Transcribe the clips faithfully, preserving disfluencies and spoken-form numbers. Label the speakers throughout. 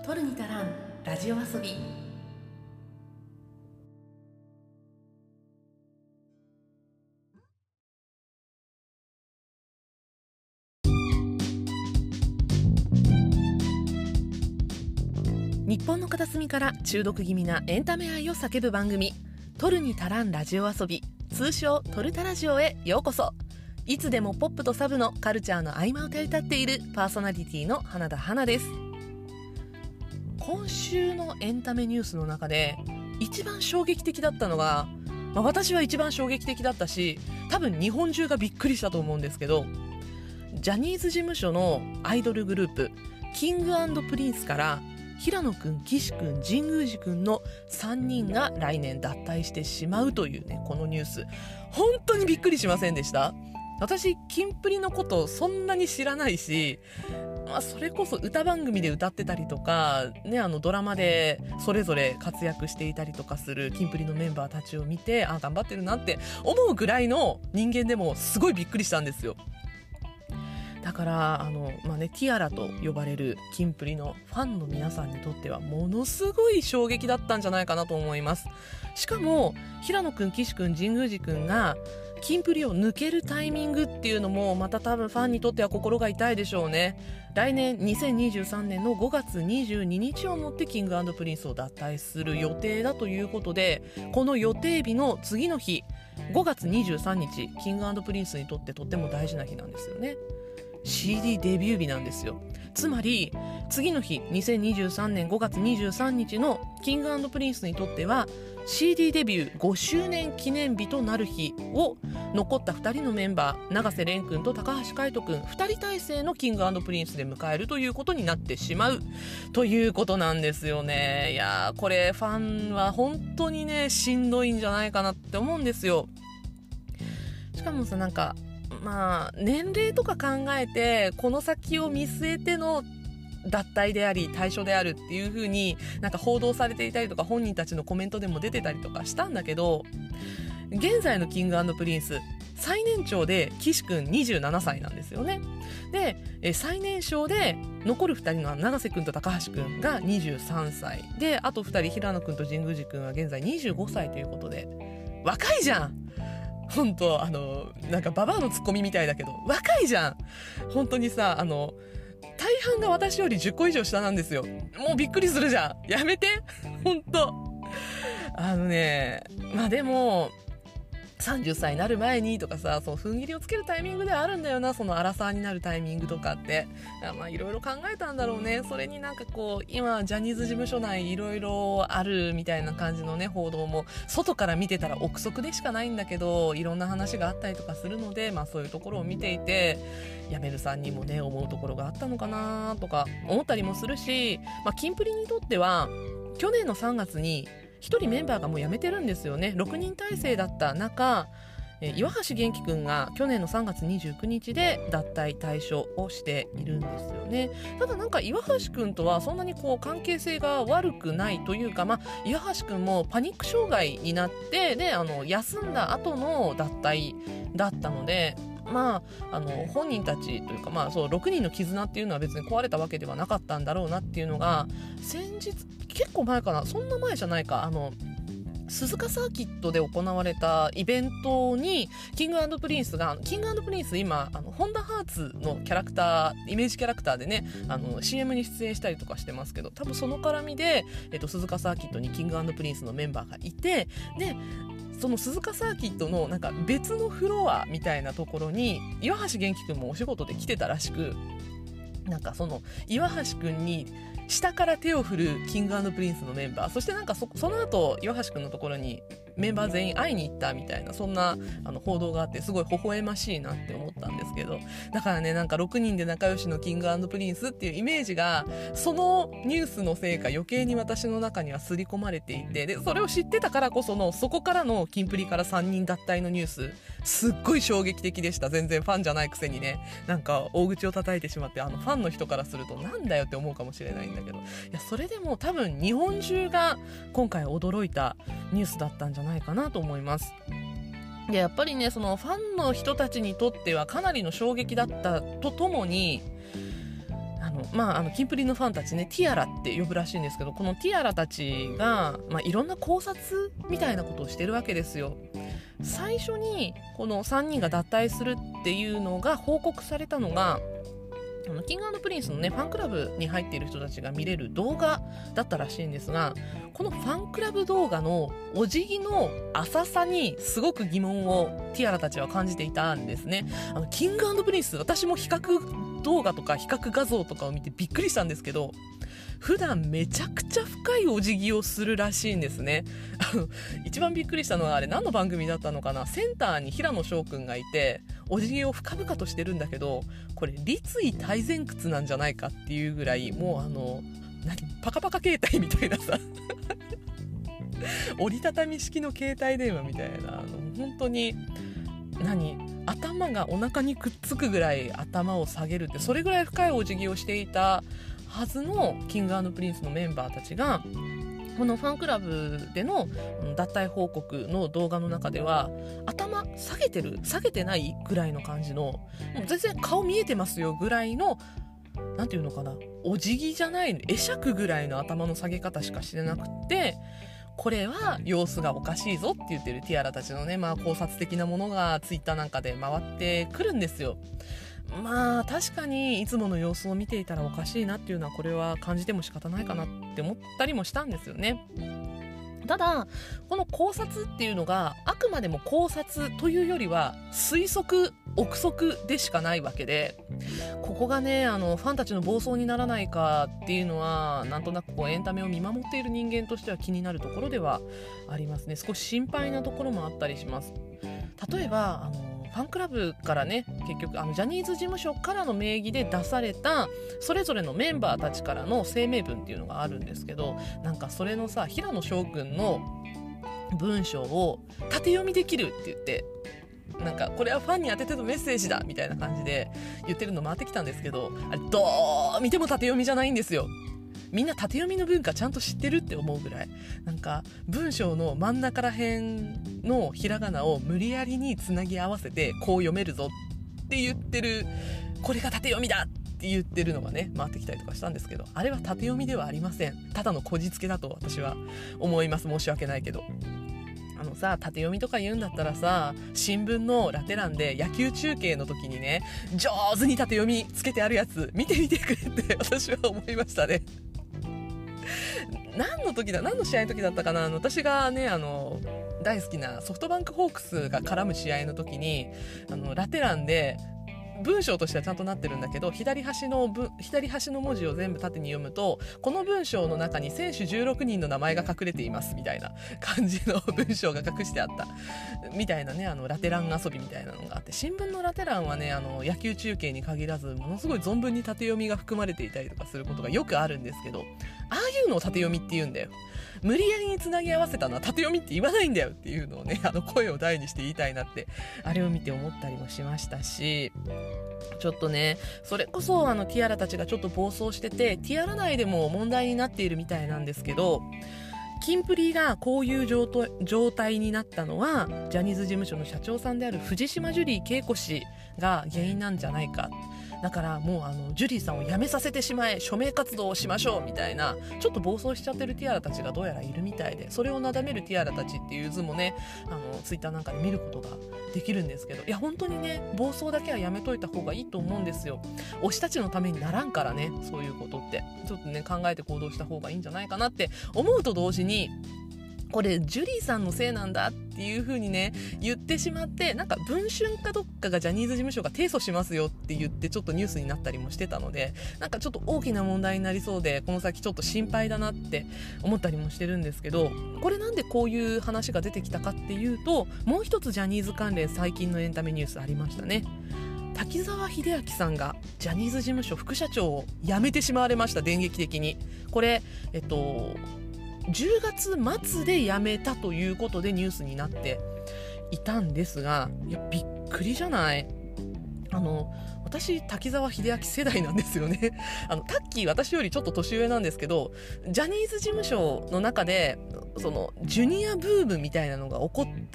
Speaker 1: 取るに足らんラジオ遊び。日本の片隅から中毒気味なエンタメ愛を叫ぶ番組、取るに足らんラジオ遊び、通称トルタラジオへようこそ。いつでもポップとサブのカルチャーの合間を歌い立っているパーソナリティの花田花です。今週のエンタメニュースの中で一番衝撃的だったのが、まあ、私は一番衝撃的だったし、多分日本中がびっくりしたと思うんですけど、ジャニーズ事務所のアイドルグループキング&プリンスから平野くん、岸くん、神宮寺くんのさんにんが来年脱退してしまうというね、このニュース本当にびっくりしませんでした？私キンプリのことそんなに知らないし、まあ、それこそ歌番組で歌ってたりとか、ね、あのドラマでそれぞれ活躍していたりとかするキンプリのメンバーたちを見て、あ、頑張ってるなって思うぐらいの人間でもすごいびっくりしたんですよ。だからあの、まあね、ティアラと呼ばれるキンプリのファンの皆さんにとってはものすごい衝撃だったんじゃないかなと思います。しかも平野くん、岸くん、神宮寺くんがキンプリを抜けるタイミングっていうのもまた多分ファンにとっては心が痛いでしょうね。来年にせんにじゅうさんねんのごがつにじゅうににちをもってキング&プリンスを脱退する予定だということで、この予定日の次の日ごがつにじゅうさんにち、キング&プリンスにとってとっても大事な日なんですよね。シーディー デビュー日なんですよ。つまり次の日にせんにじゅうさんねんごがつにじゅうさんにちのキング&プリンスにとっては シーディー デビューごしゅうねん記念日となる日を、残ったふたりのメンバー永瀬廉君と高橋海人君ふたり体制のキング&プリンスで迎えるということになってしまうということなんですよね。いやー、これファンは本当にねしんどいんじゃないかなって思うんですよ。しかもさ、なんかまあ年齢とか考えてこの先を見据えての脱退であり退所であるっていう風になんか報道されていたりとか、本人たちのコメントでも出てたりとかしたんだけど、現在のキング&プリンス最年長で岸くんにじゅうななさいなんですよね。でえ最年少で残るふたりの永瀬くんと高橋くんがにじゅうさんさいで、あとふたり平野くんと神宮寺くんは現在にじゅうごさいということで、若いじゃん本当。あのなんかババアのツッコミみたいだけど若いじゃん本当にさ。あの大半が私よりじゅっこ以上下なんですよ。もうびっくりするじゃん、やめて本当。あのね、まあでもさんじゅっさいになる前にとかさ、その踏ん切りをつけるタイミングではあるんだよな、そのアラサーになるタイミングとかって。まあいろいろ考えたんだろうね。それになんかこう今ジャニーズ事務所内いろいろあるみたいな感じのね報道も外から見てたら憶測でしかないんだけど、いろんな話があったりとかするので、まあそういうところを見ていて辞めるさんにんもね思うところがあったのかなとか思ったりもするし、まあキンプリにとっては去年のさんがつにひとりメンバーがもう辞めてるんですよね。ろくにん体制だった中、岩橋元気くんが去年のさんがつにじゅうくにちで脱退退所をしているんですよね。ただなんか岩橋くんとはそんなにこう関係性が悪くないというか、まあ、岩橋くんもパニック障害になってであの休んだ後の脱退だったので、まあ、あの本人たちというか、まあ、そうろくにんの絆っていうのは別に壊れたわけではなかったんだろうなっていうのが先日、結構前かな、そんな前じゃないか、あの鈴鹿サーキットで行われたイベントにキング&プリンスが、キング&プリンス今あのホンダハーツのキャラクター、イメージキャラクターでね、あの シーエム に出演したりとかしてますけど、多分その絡みで、えっと、鈴鹿サーキットにキング&プリンスのメンバーがいて、でその鈴鹿サーキットのなんか別のフロアみたいなところに岩橋元気くんもお仕事で来てたらしく、なんかその岩橋くんに下から手を振るキング&プリンスのメンバー、そしてなんか そ, その後岩橋くんのところにメンバー全員会いに行ったみたいな、そんなあの報道があって、すごい微笑ましいなって思ったんですけど、だからね、なんかろくにんで仲良しのキング&プリンスっていうイメージがそのニュースのせいか余計に私の中には刷り込まれていて、でそれを知ってたからこそのそこからのキンプリからさんにん脱退のニュース、すっごい衝撃的でした。全然ファンじゃないくせにね、なんか大口を叩いてしまって、あのファンの人からするとなんだよって思うかもしれないんだけど、いやそれでも多分日本中が今回驚いたニュースだったんじゃないかなと思います。でやっぱりね、そのファンの人たちにとってはかなりの衝撃だったとともに、あのまああのキンプリのファンたちね、ティアラって呼ぶらしいんですけど、このティアラたちが、まあ、いろんな考察みたいなことをしてるわけですよ。最初にこのさんにんが脱退するっていうのが報告されたのが、あのキング&プリンスのねファンクラブに入っている人たちが見れる動画だったらしいんですが、このファンクラブ動画のお辞儀の浅さにすごく疑問をティアラたちは感じていたんですね。あのキング&プリンス、私も比較動画とか比較画像とかを見てびっくりしたんですけど、普段めちゃくちゃ深いお辞儀をするらしいんですね。あの一番びっくりしたのは、あれ何の番組だったのかな、センターに平野翔くんがいてお辞儀を深々としてるんだけど、これ立位体前屈なんじゃないかっていうぐらい、もうあの何パカパカ携帯みたいなさ折りたたみ式の携帯電話みたいな、あの本当に何頭がお腹にくっつくぐらい頭を下げるって、それぐらい深いお辞儀をしていたはずのキング&プリンスのメンバーたちが、このファンクラブでの脱退報告の動画の中では頭下げてる下げてないぐらいの感じの、もう全然顔見えてますよぐらいの、なんていうのかな、お辞儀じゃない会釈ぐらいの頭の下げ方しかしてなくて、これは様子がおかしいぞって言ってるティアラたちのね、まあ、考察的なものがツイッターなんかで回ってくるんですよ。まあ確かにいつもの様子を見ていたらおかしいなっていうのは、これは感じても仕方ないかなって思ったりもしたんですよね。ただこの考察っていうのがあくまでも考察というよりは推測憶測でしかないわけで、ここがねあのファンたちの暴走にならないかっていうのは、なんとなくこうエンタメを見守っている人間としては気になるところではありますね。少し心配なところもあったりします。例えばあのファンクラブからね、結局あのジャニーズ事務所からの名義で出されたそれぞれのメンバーたちからの声明文っていうのがあるんですけど、なんかそれのさ、平野翔くんの文章を縦読みできるって言って、なんかこれはファンに当ててのメッセージだみたいな感じで言ってるの回ってきたんですけど、あれどう見ても縦読みじゃないんですよ。みんな縦読みの文化ちゃんと知ってるって思うぐらい、なんか文章の真ん中ら辺のひらがなを無理やりにつなぎ合わせてこう読めるぞって言ってる、これが縦読みだって言ってるのがね回ってきたりとかしたんですけど、あれは縦読みではありません。ただのこじつけだと私は思います。申し訳ないけど、あのさ、縦読みとか言うんだったらさ、新聞のラテ欄で野球中継の時にね上手に縦読みつけてあるやつ見てみてくれって私は思いましたね。何の時だ何の試合の時だったかな、あの私がねあの大好きなソフトバンクホークスが絡む試合の時に、あのラテ欄で文章としてはちゃんとなってるんだけど、左端のぶ左端の文字を全部縦に読むと、この文章の中に選手じゅうろくにんの名前が隠れていますみたいな感じの文章が隠してあったみたいなね、あのラテ欄遊びみたいなのがあって、新聞のラテ欄はねあの野球中継に限らずものすごい存分に縦読みが含まれていたりとかすることがよくあるんですけど、ああいうのを縦読みって言うんだよ。無理やりにつなぎ合わせたのは縦読みって言わないんだよっていうのをね、あの声を大にして言いたいなってあれを見て思ったりもしましたし、ちょっとねそれこそあのティアラたちがちょっと暴走してて、ティアラ内でも問題になっているみたいなんですけど、キンプリがこういう状態になったのはジャニーズ事務所の社長さんである藤島ジュリー景子氏が原因なんじゃないか。だからもうあのジュリーさんを辞めさせてしまえ、署名活動をしましょうみたいな、ちょっと暴走しちゃってるティアラたちがどうやらいるみたいで、それをなだめるティアラたちっていう図もねあのツイッターなんかで見ることができるんですけど、いや本当にね暴走だけはやめといた方がいいと思うんですよ。推したちのためにならんからね、そういうことってちょっとね考えて行動した方がいいんじゃないかなって思うと同時に、これジュリーさんのせいなんだっていう風にね言ってしまって、なんか文春かどっかがジャニーズ事務所が提訴しますよって言ってちょっとニュースになったりもしてたので、なんかちょっと大きな問題になりそうでこの先ちょっと心配だなって思ったりもしてるんですけど、これなんでこういう話が出てきたかっていうと、もう一つジャニーズ関連最近のエンタメニュースありましたね。滝沢秀明さんがジャニーズ事務所副社長を辞めてしまわれました、電撃的に。これえっとじゅうがつ末で辞めたということでニュースになっていたんですが、いやびっくりじゃない。あの私滝沢秀明世代なんですよね。あのタッキー私よりちょっと年上なんですけど、ジャニーズ事務所の中でそのジュニアブームみたいなのが起こった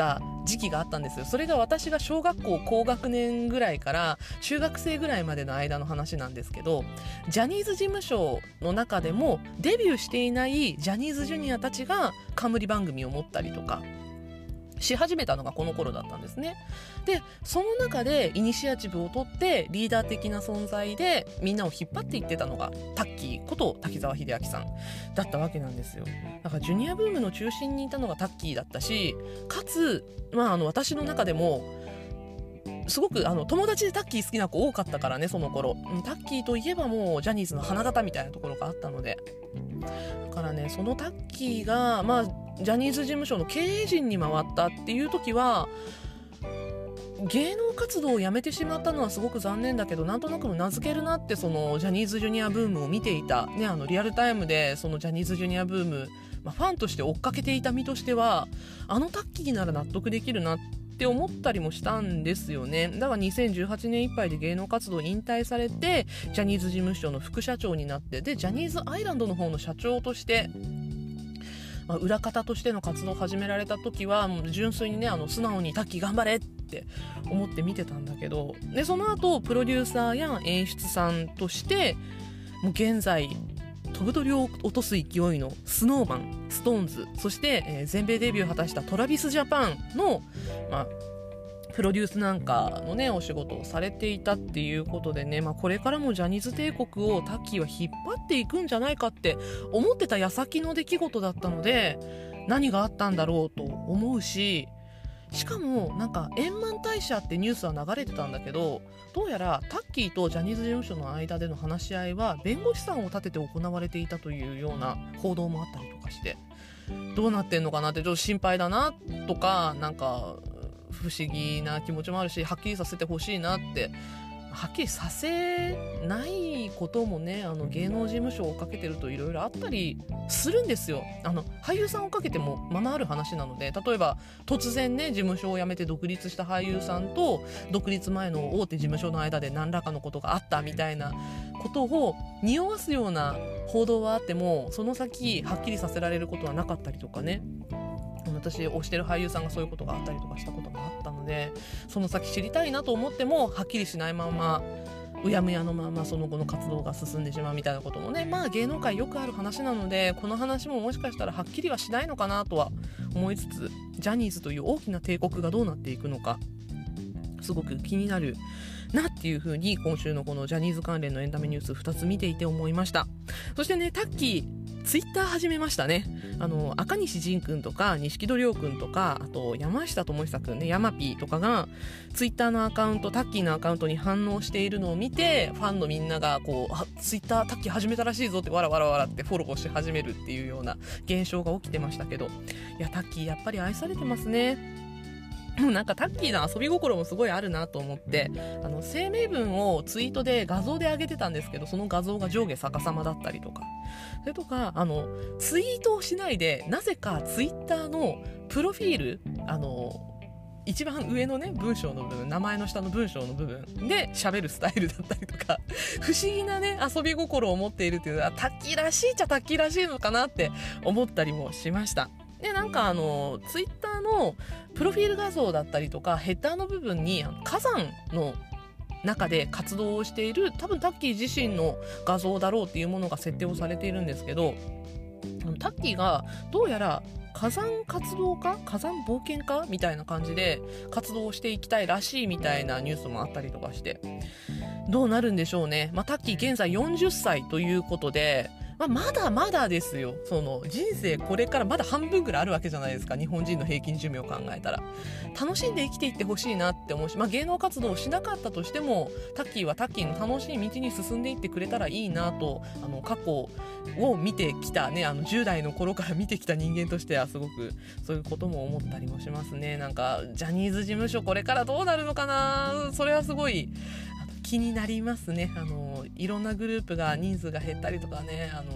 Speaker 1: 時期があったんですよ。それが私が小学校高学年ぐらいから中学生ぐらいまでの間の話なんですけど、ジャニーズ事務所の中でもデビューしていないジャニーズジュニアたちが冠番組を持ったりとかし始めたのがこの頃だったんですね。でその中でイニシアチブを取ってリーダー的な存在でみんなを引っ張っていってたのがタッキーこと滝沢秀明さんだったわけなんですよ。だからジュニアブームの中心にいたのがタッキーだったし、かつ、まあ、あの私の中でもすごくあの友達でタッキー好きな子多かったからね、その頃。タッキーといえばもうジャニーズの花形みたいなところがあったので、だからねそのタッキーが、まあ、ジャニーズ事務所の経営陣に回ったっていう時は芸能活動をやめてしまったのはすごく残念だけど、なんとなく名付けるなってそのジャニーズジュニアブームを見ていた、ね、あのリアルタイムでそのジャニーズジュニアブーム、まあ、ファンとして追っかけていた身としてはあのタッキーなら納得できるなって思ったりもしたんですよね。だからにせんじゅうはちねんいっぱいで芸能活動を引退されてジャニーズ事務所の副社長になって、でジャニーズアイランドの方の社長としてまあ、裏方としての活動を始められた時はもう純粋にねあの素直にタッキー頑張れって思って見てたんだけど、でその後プロデューサーや演出さんとしてもう現在飛ぶ鳥を落とす勢いのスノーマン、ストーンズ、そして、えー、全米デビューを果たしたトラビスジャパンの、まあ、プロデュースなんかのねお仕事をされていたっていうことでね、まあ、これからもジャニーズ帝国をタッキーは引っ張っていくんじゃないかって思ってた矢先の出来事だったので、何があったんだろうと思うし、しかもなんか円満退社ってニュースは流れてたんだけど、どうやらタッキーとジャニーズ事務所の間での話し合いは弁護士さんを立てて行われていたというような報道もあったりとかして、どうなってんのかなってちょっと心配だなとか、なんか不思議な気持ちもあるし、はっきりさせてほしいなって、はっきりさせないこともね、あの芸能事務所を追っかけてるといろいろあったりするんですよ。あの俳優さんを追っかけてもままある話なので、例えば突然ね事務所を辞めて独立した俳優さんと独立前の大手事務所の間で何らかのことがあったみたいなことを匂わすような報道はあっても、その先はっきりさせられることはなかったりとかね、私推してる俳優さんがそういうことがあったりとかしたことがあったので、その先知りたいなと思ってもはっきりしないままうやむやのままその後の活動が進んでしまうみたいなこともね、まあ芸能界よくある話なので、この話ももしかしたらはっきりはしないのかなとは思いつつ、ジャニーズという大きな帝国がどうなっていくのかすごく気になるなっていう風に今週のこのジャニーズ関連のエンタメニュースふたつ見ていて思いました。そしてねタッキーツイッター始めましたね。あの赤西仁くんとか錦戸亮くんとか、あと山下智久くんね、ヤマピーとかがツイッターのアカウント、タッキーのアカウントに反応しているのを見て、ファンのみんながこうあツイッタータッキー始めたらしいぞってわらわらわらってフォローし始めるっていうような現象が起きてましたけど、いやタッキーやっぱり愛されてますね。なんかタッキーの遊び心もすごいあるなと思って、あの声明文をツイートで画像で上げてたんですけど、その画像が上下逆さまだったりとか、それとかあのツイートをしないでなぜかツイッターのプロフィール、あの一番上のね文章の部分、名前の下の文章の部分で喋るスタイルだったりとか、不思議なね遊び心を持っているっていうのはタッキーらしいっちゃタッキーらしいのかなって思ったりもしました。でなんかあのツイッターのプロフィール画像だったりとかヘッダーの部分にあの火山の中で活動をしている、多分タッキー自身の画像だろうっていうものが設定をされているんですけど、タッキーがどうやら火山活動家、火山冒険家みたいな感じで活動をしていきたいらしいみたいなニュースもあったりとかして、どうなるんでしょうね。まあ、タッキー現在よんじゅっさいということで、まあ、まだまだですよ。その人生これからまだ半分ぐらいあるわけじゃないですか。日本人の平均寿命を考えたら楽しんで生きていってほしいなって思うし、まあ、芸能活動をしなかったとしてもタッキーはタッキーの楽しい道に進んでいってくれたらいいなと、あの過去を見てきたね、あのじゅう代の頃から見てきた人間としてはすごくそういうことも思ったりもしますね。なんかジャニーズ事務所これからどうなるのかな、それはすごい気になりますね。あのいろんなグループが人数が減ったりとかね、あの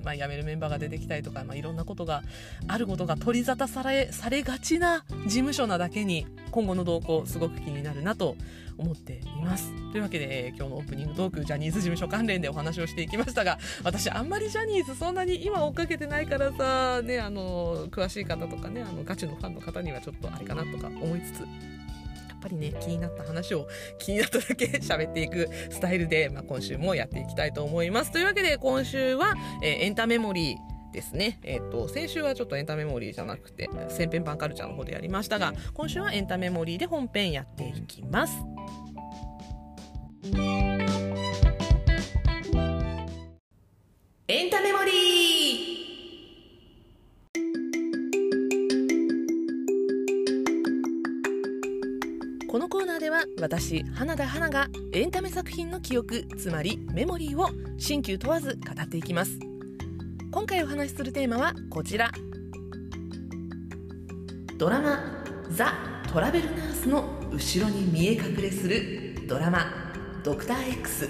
Speaker 1: まあ、辞めるメンバーが出てきたりとか、まあ、いろんなことがあることが取り沙汰され、されがちな事務所なだけに今後の動向すごく気になるなと思っています。というわけで、えー、今日のオープニングトークジャニーズ事務所関連でお話をしていきましたが、私あんまりジャニーズそんなに今追っかけてないからさ、ね、あの詳しい方とかね、あのガチのファンの方にはちょっとあれかなとか思いつつ、やっぱりね、気になった話を気になっただけ喋っていくスタイルで、まあ、今週もやっていきたいと思います。というわけで今週は、えー、エンタメモリーですね。えー、と先週はちょっとエンタメモリーじゃなくて千編版カルチャーの方でやりましたが、今週はエンタメモリーで本編やっていきます。エンタメモリー。このコーナーでは私花田花がエンタメ作品の記憶、つまりメモリーを新旧問わず語っていきます。今回お話しするテーマはこちら。ドラマザ・トラベルナースの後ろに見え隠れするドラマドクター X。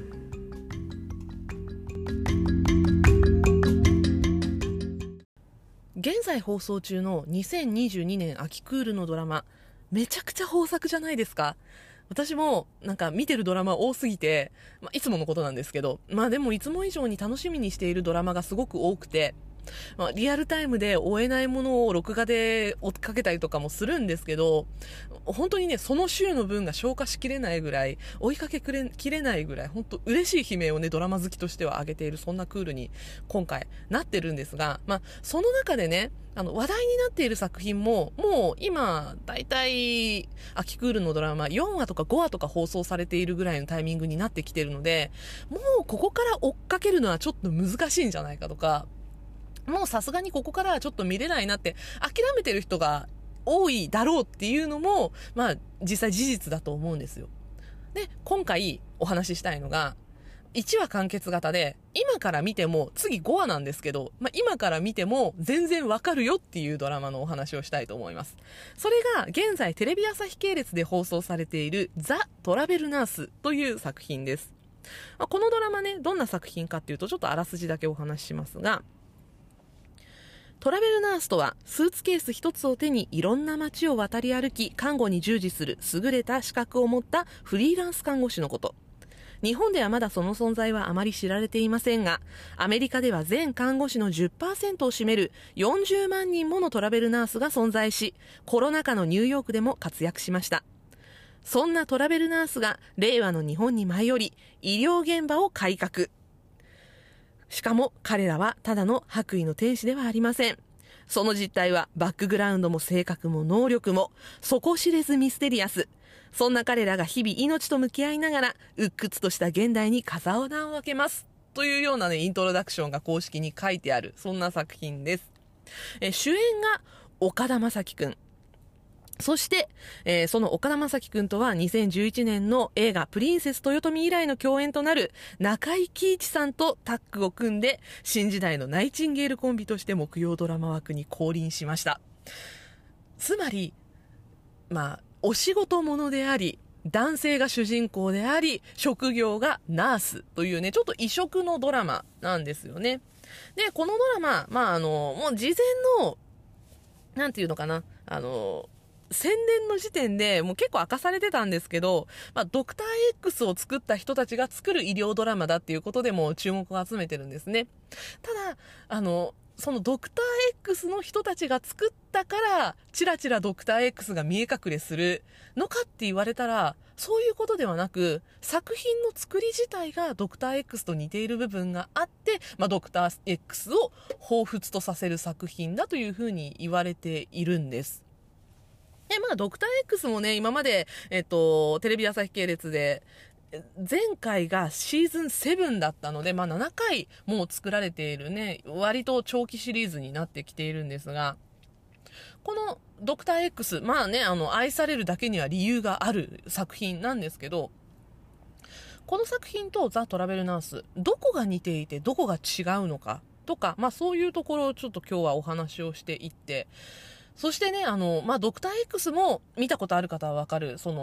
Speaker 1: 現在放送中のにせんにじゅうにねん秋クールのドラマ、めちゃくちゃ豊作じゃないですか。私もなんか見てるドラマ多すぎて、まあ、いつものことなんですけど、まあでもいつも以上に楽しみにしているドラマがすごく多くて、まあ、リアルタイムで追えないものを録画で追っかけたりとかもするんですけど、本当にね、その週の分が消化しきれないぐらい、追いかけくれきれないぐらい、本当嬉しい悲鳴をね、ドラマ好きとしては上げている、そんなクールに今回なってるんですが、まあその中でね、あの話題になっている作品ももう今だいたい秋クールのドラマよんわとかごわとか放送されているぐらいのタイミングになってきてるので、もうここから追っかけるのはちょっと難しいんじゃないかとか、もうさすがにここからはちょっと見れないなって諦めてる人が多いだろうっていうのも、まあ実際事実だと思うんですよ。で、今回お話ししたいのがいちわ完結型で、今から見ても次ごわなんですけど、まあ、今から見ても全然わかるよっていうドラマのお話をしたいと思います。それが現在テレビ朝日系列で放送されているザ・トラベルナースという作品です。まあ、このドラマね、どんな作品かっていうと、ちょっとあらすじだけお話ししますが、トラベルナースとはスーツケース一つを手にいろんな街を渡り歩き看護に従事する優れた資格を持ったフリーランス看護師のこと。日本ではまだその存在はあまり知られていませんが、アメリカでは全看護師の じゅっパーセント を占めるよんじゅうまんにんものトラベルナースが存在し、コロナ禍のニューヨークでも活躍しました。そんなトラベルナースが令和の日本に舞い降り、医療現場を改革。しかも彼らはただの白衣の天使ではありません。その実態はバックグラウンドも性格も能力も底知れずミステリアス。そんな彼らが日々命と向き合いながら鬱屈とした現代に風穴を開けますというようなね、イントロダクションが公式に書いてある、そんな作品です。え主演が岡田将生くん。そして、えー、その岡田将生くんとはにせんじゅういちねんの映画プリンセス豊臣以来の共演となる中井貴一さんとタッグを組んで、新時代のナイチンゲールコンビとして木曜ドラマ枠に降臨しました。つまり、まあ、お仕事ものであり、男性が主人公であり、職業がナースというね、ちょっと異色のドラマなんですよね。で、このドラマ、まあ、あの、もう事前の、なんていうのかな、あの、宣伝の時点でもう結構明かされてたんですけど、まあ、ドクター X を作った人たちが作る医療ドラマだっていうことでも注目を集めてるんですね。ただ、あの、そのドクター X の人たちが作ったからチラチラドクター X が見え隠れするのかって言われたら、そういうことではなく、作品の作り自体がドクター X と似ている部分があって、まあ、ドクター X を彷彿とさせる作品だというふうに言われているんです。で、まあ、ドクター X もね、今まで、えっと、テレビ朝日系列で、前回がシーズンななだったので、まあ、ななかいもう作られているね、割と長期シリーズになってきているんですが、このドクター X、まあね、あの、愛されるだけには理由がある作品なんですけど、この作品とザ・トラベルナース、どこが似ていてどこが違うのかとか、まあそういうところをちょっと今日はお話をしていって、そしてね、あの、まあ、ドクター X も見たことある方はわかる、その、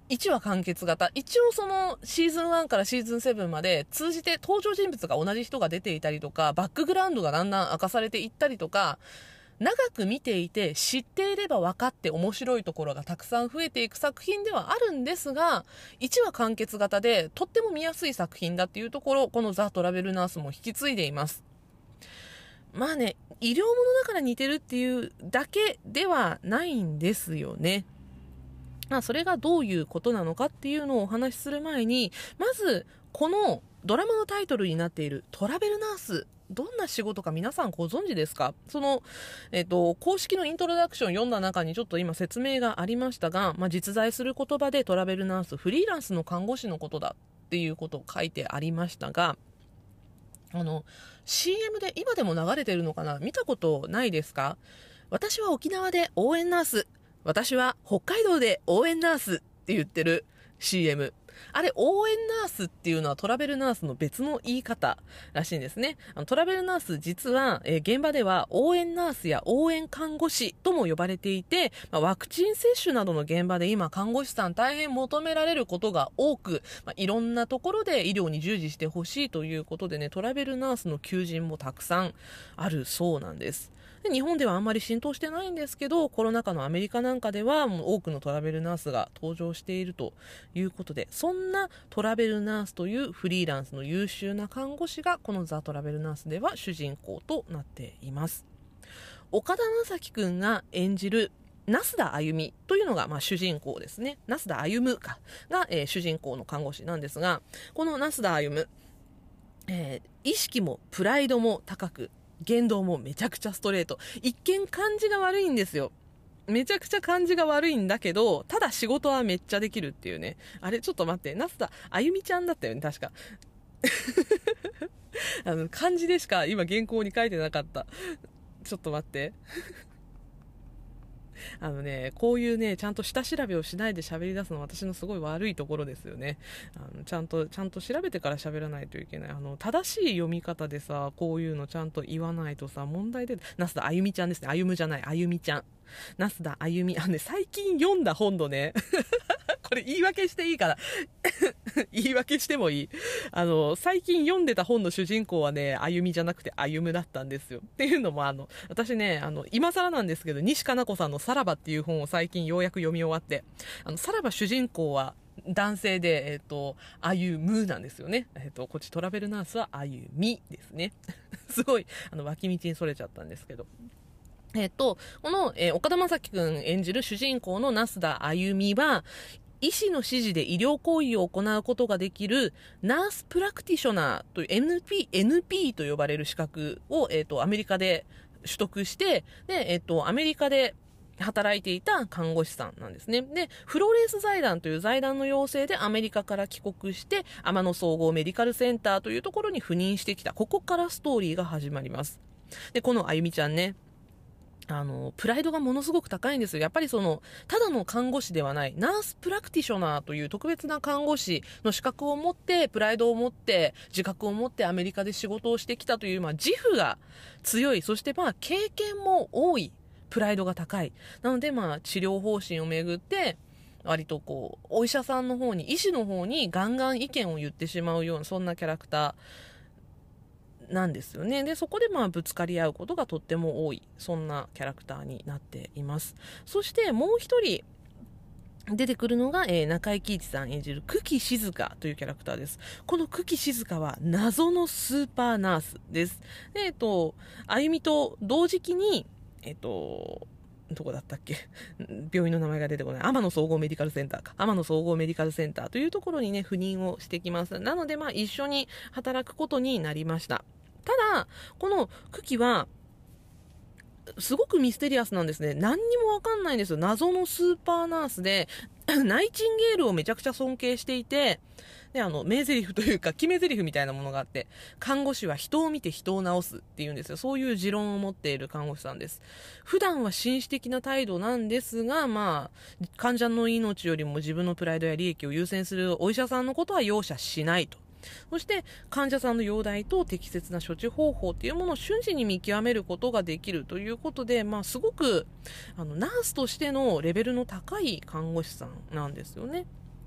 Speaker 1: いちわ完結型。一応そのシーズンワンからシーズンセブンまで通じて登場人物が同じ人が出ていたりとか、バックグラウンドがだんだん明かされていったりとか、長く見ていて知っていれば分かって面白いところがたくさん増えていく作品ではあるんですが、いちわ完結型でとっても見やすい作品だっていうところ、このザ・トラベルナースも引き継いでいます。まあね、医療ものだから似てるっていうだけではないんですよね。まあ、それがどういうことなのかっていうのをお話しする前に、まずこのドラマのタイトルになっているトラベルナース、どんな仕事か皆さんご存知ですか？その、えっと、公式のイントロダクション読んだ中にちょっと今説明がありましたが、まあ、実在する言葉でトラベルナース、フリーランスの看護師のことだっていうことを書いてありましたが、あの シーエム で今でも流れてるのかな、見たことないですか？私は沖縄で応援ナース、私は北海道で応援ナースって言ってる シーエム。あれ、応援ナースっていうのはトラベルナースの別の言い方らしいんですね。あのトラベルナース実は、えー、現場では応援ナースや応援看護師とも呼ばれていて、まあ、ワクチン接種などの現場で今看護師さん大変求められることが多く、まあ、いろんなところで医療に従事してほしいということでね、トラベルナースの求人もたくさんあるそうなんです。で日本ではあんまり浸透してないんですけど、コロナ禍のアメリカなんかではもう多くのトラベルナースが登場しているということで、そんなトラベルナースというフリーランスの優秀な看護師がこのザ・トラベルナースでは主人公となっています。岡田将生くんが演じる那須田歩というのがまあ主人公ですね。那須田歩かが、えー、主人公の看護師なんですが、この那須田歩、えー、意識もプライドも高く、言動もめちゃくちゃストレート。一見感じが悪いんですよ。めちゃくちゃ感じが悪いんだけど、ただ仕事はめっちゃできるっていうね。あれちょっと待って、那須田あゆみちゃんだったよね、確か。あの漢字でしか今原稿に書いてなかった。ちょっと待って。あのね、こういうね、ちゃんと下調べをしないで喋り出すのは私のすごい悪いところですよね。あのちゃんとちゃんと調べてから喋らないといけない。あの正しい読み方でさ、こういうのちゃんと言わないとさ、問題で、那須田あゆみちゃんですね。あゆむじゃない、あゆみちゃん。那須田あゆみ、あのね、最近読んだ本のね、これ言い訳していいから言い訳してもいい。あの最近読んでた本の主人公はね、あゆみじゃなくてあゆむだったんですよ。っていうのも、あの私ね、あの今更なんですけど、西加奈子さんのさらばっていう本を最近ようやく読み終わって、あのさらば主人公は男性で、えっ、ー、とあゆむなんですよね。えっ、ー、とこっちトラベルナースはあゆみですね。すごいあの脇道にそれちゃったんですけど、えっ、ー、とこの、えー、岡田将生くん演じる主人公の那須田あゆみは、医師の指示で医療行為を行うことができるナースプラクティショナーという エヌピー、エヌピー と呼ばれる資格を、えー、とアメリカで取得して、で、えー、とアメリカで働いていた看護師さんなんですね。で、フローレンス財団という財団の要請でアメリカから帰国して天野総合メディカルセンターというところに赴任してきた。ここからストーリーが始まります。で、このあゆみちゃんね、あのプライドがものすごく高いんですよ。やっぱりそのただの看護師ではないナースプラクティショナーという特別な看護師の資格を持って、プライドを持って、自覚を持ってアメリカで仕事をしてきたという、まあ、自負が強い、そしてまあ経験も多い、プライドが高い。なのでまあ治療方針をめぐって割とこうお医者さんの方に、医師の方にガンガン意見を言ってしまうような、そんなキャラクターなんですよね。で、そこでまあぶつかり合うことがとっても多い、そんなキャラクターになっています。そしてもう一人出てくるのが、えー、中井貴一さん演じる久喜静香というキャラクターです。この久喜静香は謎のスーパーナースです。で、えっとあゆみと同時期に、えっとどこだったっけ病院の名前が出てこない。天野総合メディカルセンターか。天野総合メディカルセンターというところにね、赴任をしてきます。なので、まあ、一緒に働くことになりました。ただ、この久喜は、すごくミステリアスなんですね。何にもわかんないんですよ。謎のスーパーナースで、ナイチンゲールをめちゃくちゃ尊敬していて、で、あの、名台詞というか、決め台詞みたいなものがあって、看護師は人を見て人を治すっていうんですよ。そういう持論を持っている看護師さんです。普段は紳士的な態度なんですが、まあ、患者の命よりも自分のプライドや利益を優先するお医者さんのことは容赦しないと。そして患者さんの容体と適切な処置方法というものを瞬時に見極めることができるということで、まあ、すごくあのナースとしてのレベルの高い看護師さんなんですよね。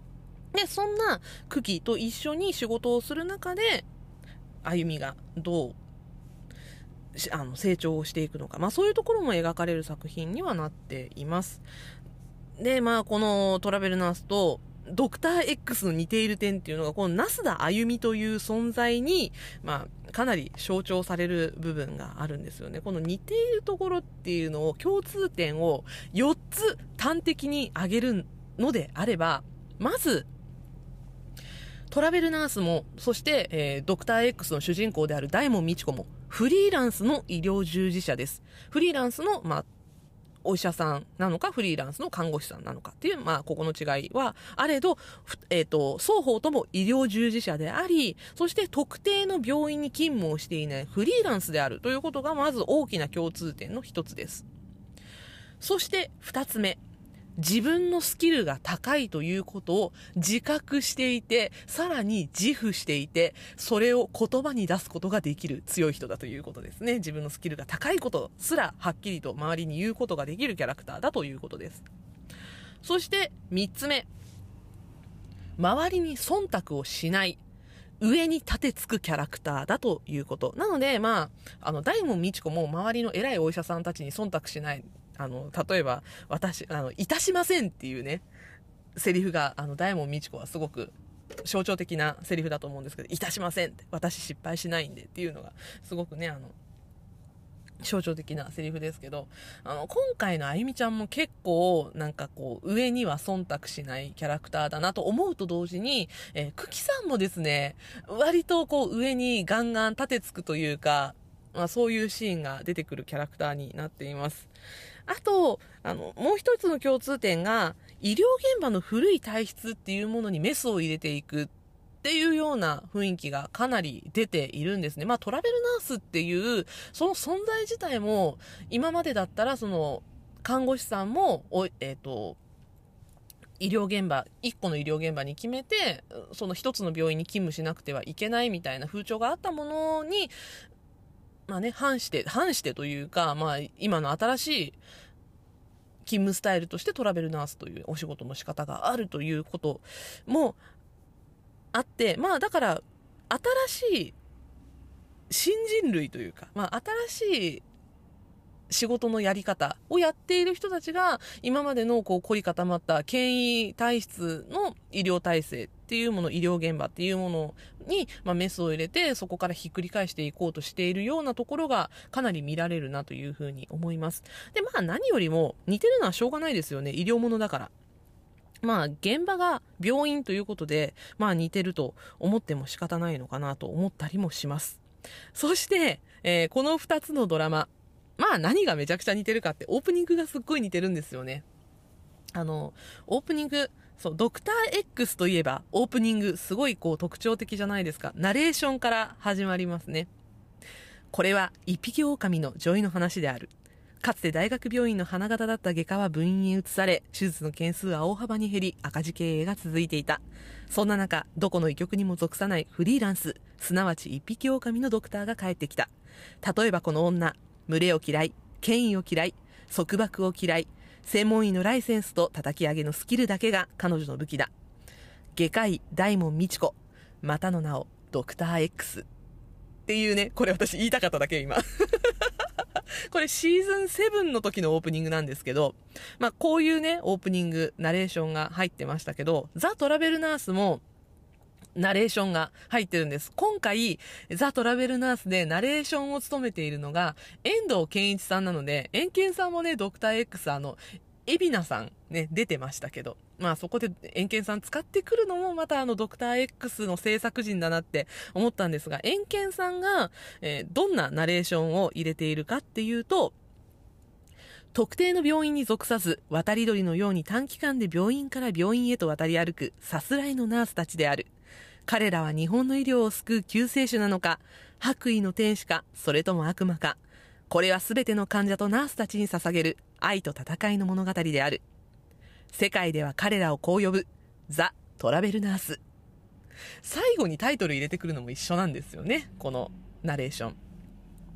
Speaker 1: でそんな久喜と一緒に仕事をする中で歩みがどうあの成長をしていくのか、まあ、そういうところも描かれる作品にはなっています。で、まあ、このトラベルナースとドクター X の似ている点っていうのが、この那須田あゆみという存在に、まあ、かなり象徴される部分があるんですよね。この似ているところっていうのを、共通点をよっつ端的に挙げるのであれば、まず、トラベルナースも、そして、えー、ドクター X の主人公である大門未知子も、フリーランスの医療従事者です。フリーランスの、まあ、お医者さんなのか、フリーランスの看護師さんなのかっていう、まあ、ここの違いはあれど、えっと、双方とも医療従事者であり、そして特定の病院に勤務をしていないフリーランスであるということが、まず大きな共通点の一つです。そして二つ目。自分のスキルが高いということを自覚していて、さらに自負していて、それを言葉に出すことができる強い人だということですね。自分のスキルが高いことすらはっきりと周りに言うことができるキャラクターだということです。そして三つ目。周りに忖度をしない。上に立てつくキャラクターだということ。なので、まあ、あの、大門未知子も周りの偉いお医者さんたちに忖度しない。あの、例えば、私、あの、いたしませんっていうね、セリフが、あの、大門未知子はすごく象徴的なセリフだと思うんですけど、いたしませんって、私失敗しないんでっていうのが、すごくね、あの、象徴的なセリフですけど、あの、今回のあゆみちゃんも結構、なんかこう、上には忖度しないキャラクターだなと思うと同時に、えー、久喜さんもですね、割とこう、上にガンガン立てつくというか、まあ、そういうシーンが出てくるキャラクターになっています。あと、あの、もう一つの共通点が、医療現場の古い体質っていうものにメスを入れていくっていうような雰囲気がかなり出ているんですね。まあ、トラベルナースっていう、その存在自体も、今までだったら、その、看護師さんも、おえっと、医療現場、一個の医療現場に決めて、その一つの病院に勤務しなくてはいけないみたいな風潮があったものに、まあね、反して、反してというか、まあ、今の新しい勤務スタイルとしてトラベルナースというお仕事の仕方があるということもあって、まあだから、新しい新人類というか、まあ新しい仕事のやり方をやっている人たちが、今までのこう凝り固まった権威体質の医療体制っていうもの、医療現場っていうものに、まあ、メスを入れて、そこからひっくり返していこうとしているようなところがかなり見られるなというふうに思います。で、まあ何よりも似てるのはしょうがないですよね。医療ものだから。まあ現場が病院ということで、まあ似てると思っても仕方ないのかなと思ったりもします。そして、えー、このふたつのドラマ、まあ何がめちゃくちゃ似てるかってオープニングがすっごい似てるんですよね。あの、オープニング、そう、ドクター X といえばオープニングすごいこう特徴的じゃないですか。ナレーションから始まりますね。これは一匹狼の女医の話である。かつて大学病院の花形だった外科は分院へ移され、手術の件数は大幅に減り、赤字経営が続いていた。そんな中、どこの医局にも属さないフリーランス、すなわち一匹狼のドクターが帰ってきた。例えばこの女、群れを嫌い、権威を嫌い、束縛を嫌い、専門医のライセンスと叩き上げのスキルだけが彼女の武器だ。外科医大門未知子、またの名をドクター X っていうね、これ私言いたかっただけ今これシーズンセブンの時のオープニングなんですけど、まあこういうねオープニングナレーションが入ってましたけど、ザ・トラベルナースもナレーションが入ってるんです。今回、ザ・トラベルナースでナレーションを務めているのが、遠藤健一さんなので、遠健さんもね、ドクター X、あの、海老名さんね、出てましたけど、まあそこで遠健さん使ってくるのもまたあのドクター X の制作陣だなって思ったんですが、遠健さんが、えー、どんなナレーションを入れているかっていうと、特定の病院に属さず、渡り鳥のように短期間で病院から病院へと渡り歩く、さすらいのナースたちである。彼らは日本の医療を救う救世主なのか、白衣の天使か、それとも悪魔か。これは全ての患者とナースたちに捧げる愛と戦いの物語である。世界では彼らをこう呼ぶ、ザ・トラベルナース。最後にタイトル入れてくるのも一緒なんですよね、このナレーション。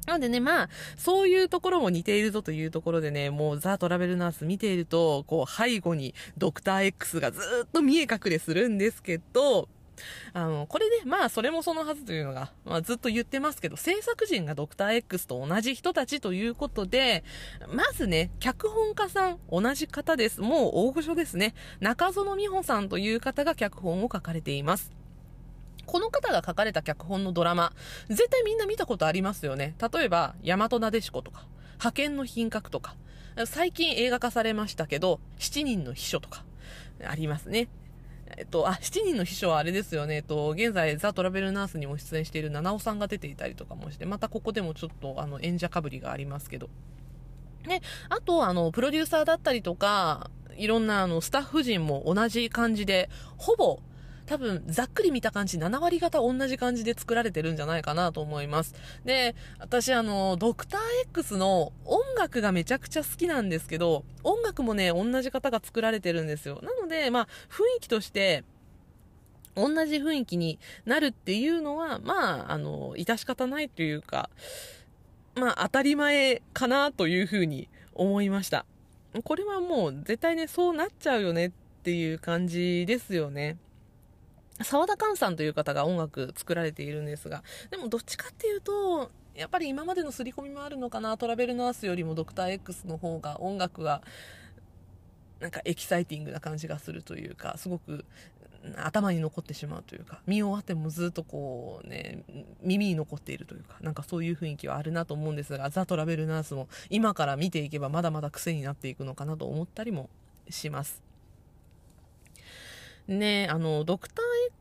Speaker 1: なのでね、まあ、そういうところも似ているぞというところでね、もうザ・トラベルナース見ていると、こう、背後にドクター X がずーっと見え隠れするんですけど、あの、これね、まあ、それもそのはずというのが、まあ、ずっと言ってますけど、制作陣がドクター X と同じ人たちということで、まずね、脚本家さん、同じ方です。もう大御所ですね。中園美穂さんという方が脚本を書かれています。この方が書かれた脚本のドラマ、絶対みんな見たことありますよね。例えば、大和なでしことか、派遣の品格とか、最近映画化されましたけど、七人の秘書とか、ありますね。えっと、あ、七人の秘書はあれですよね。えっと、現在、ザ・トラベルナースにも出演している七尾さんが出ていたりとかもして、またここでもちょっと、あの、演者かぶりがありますけど。ね、あと、あの、プロデューサーだったりとか、いろんな、あの、スタッフ陣も同じ感じで、ほぼ、多分、ざっくり見た感じ、なな割方同じ感じで作られてるんじゃないかなと思います。で、私、あの、ドクター X の音楽がめちゃくちゃ好きなんですけど、音楽もね、同じ方が作られてるんですよ。なので、まあ、雰囲気として、同じ雰囲気になるっていうのは、まあ、あの、致し方ないというか、まあ、当たり前かなというふうに思いました。これはもう、絶対ね、そうなっちゃうよねっていう感じですよね。沢田寛さんという方が音楽作られているんですが、でもどっちかっていうと、やっぱり今までの刷り込みもあるのかな。トラベルナースよりもドクター X の方が音楽がなんかエキサイティングな感じがするというか、すごく頭に残ってしまうというか、見終わってもずっとこうね、耳に残っているというか、なんかそういう雰囲気はあるなと思うんですが、ザ・トラベルナースも今から見ていけばまだまだ癖になっていくのかなと思ったりもします。ね、あの、ドクター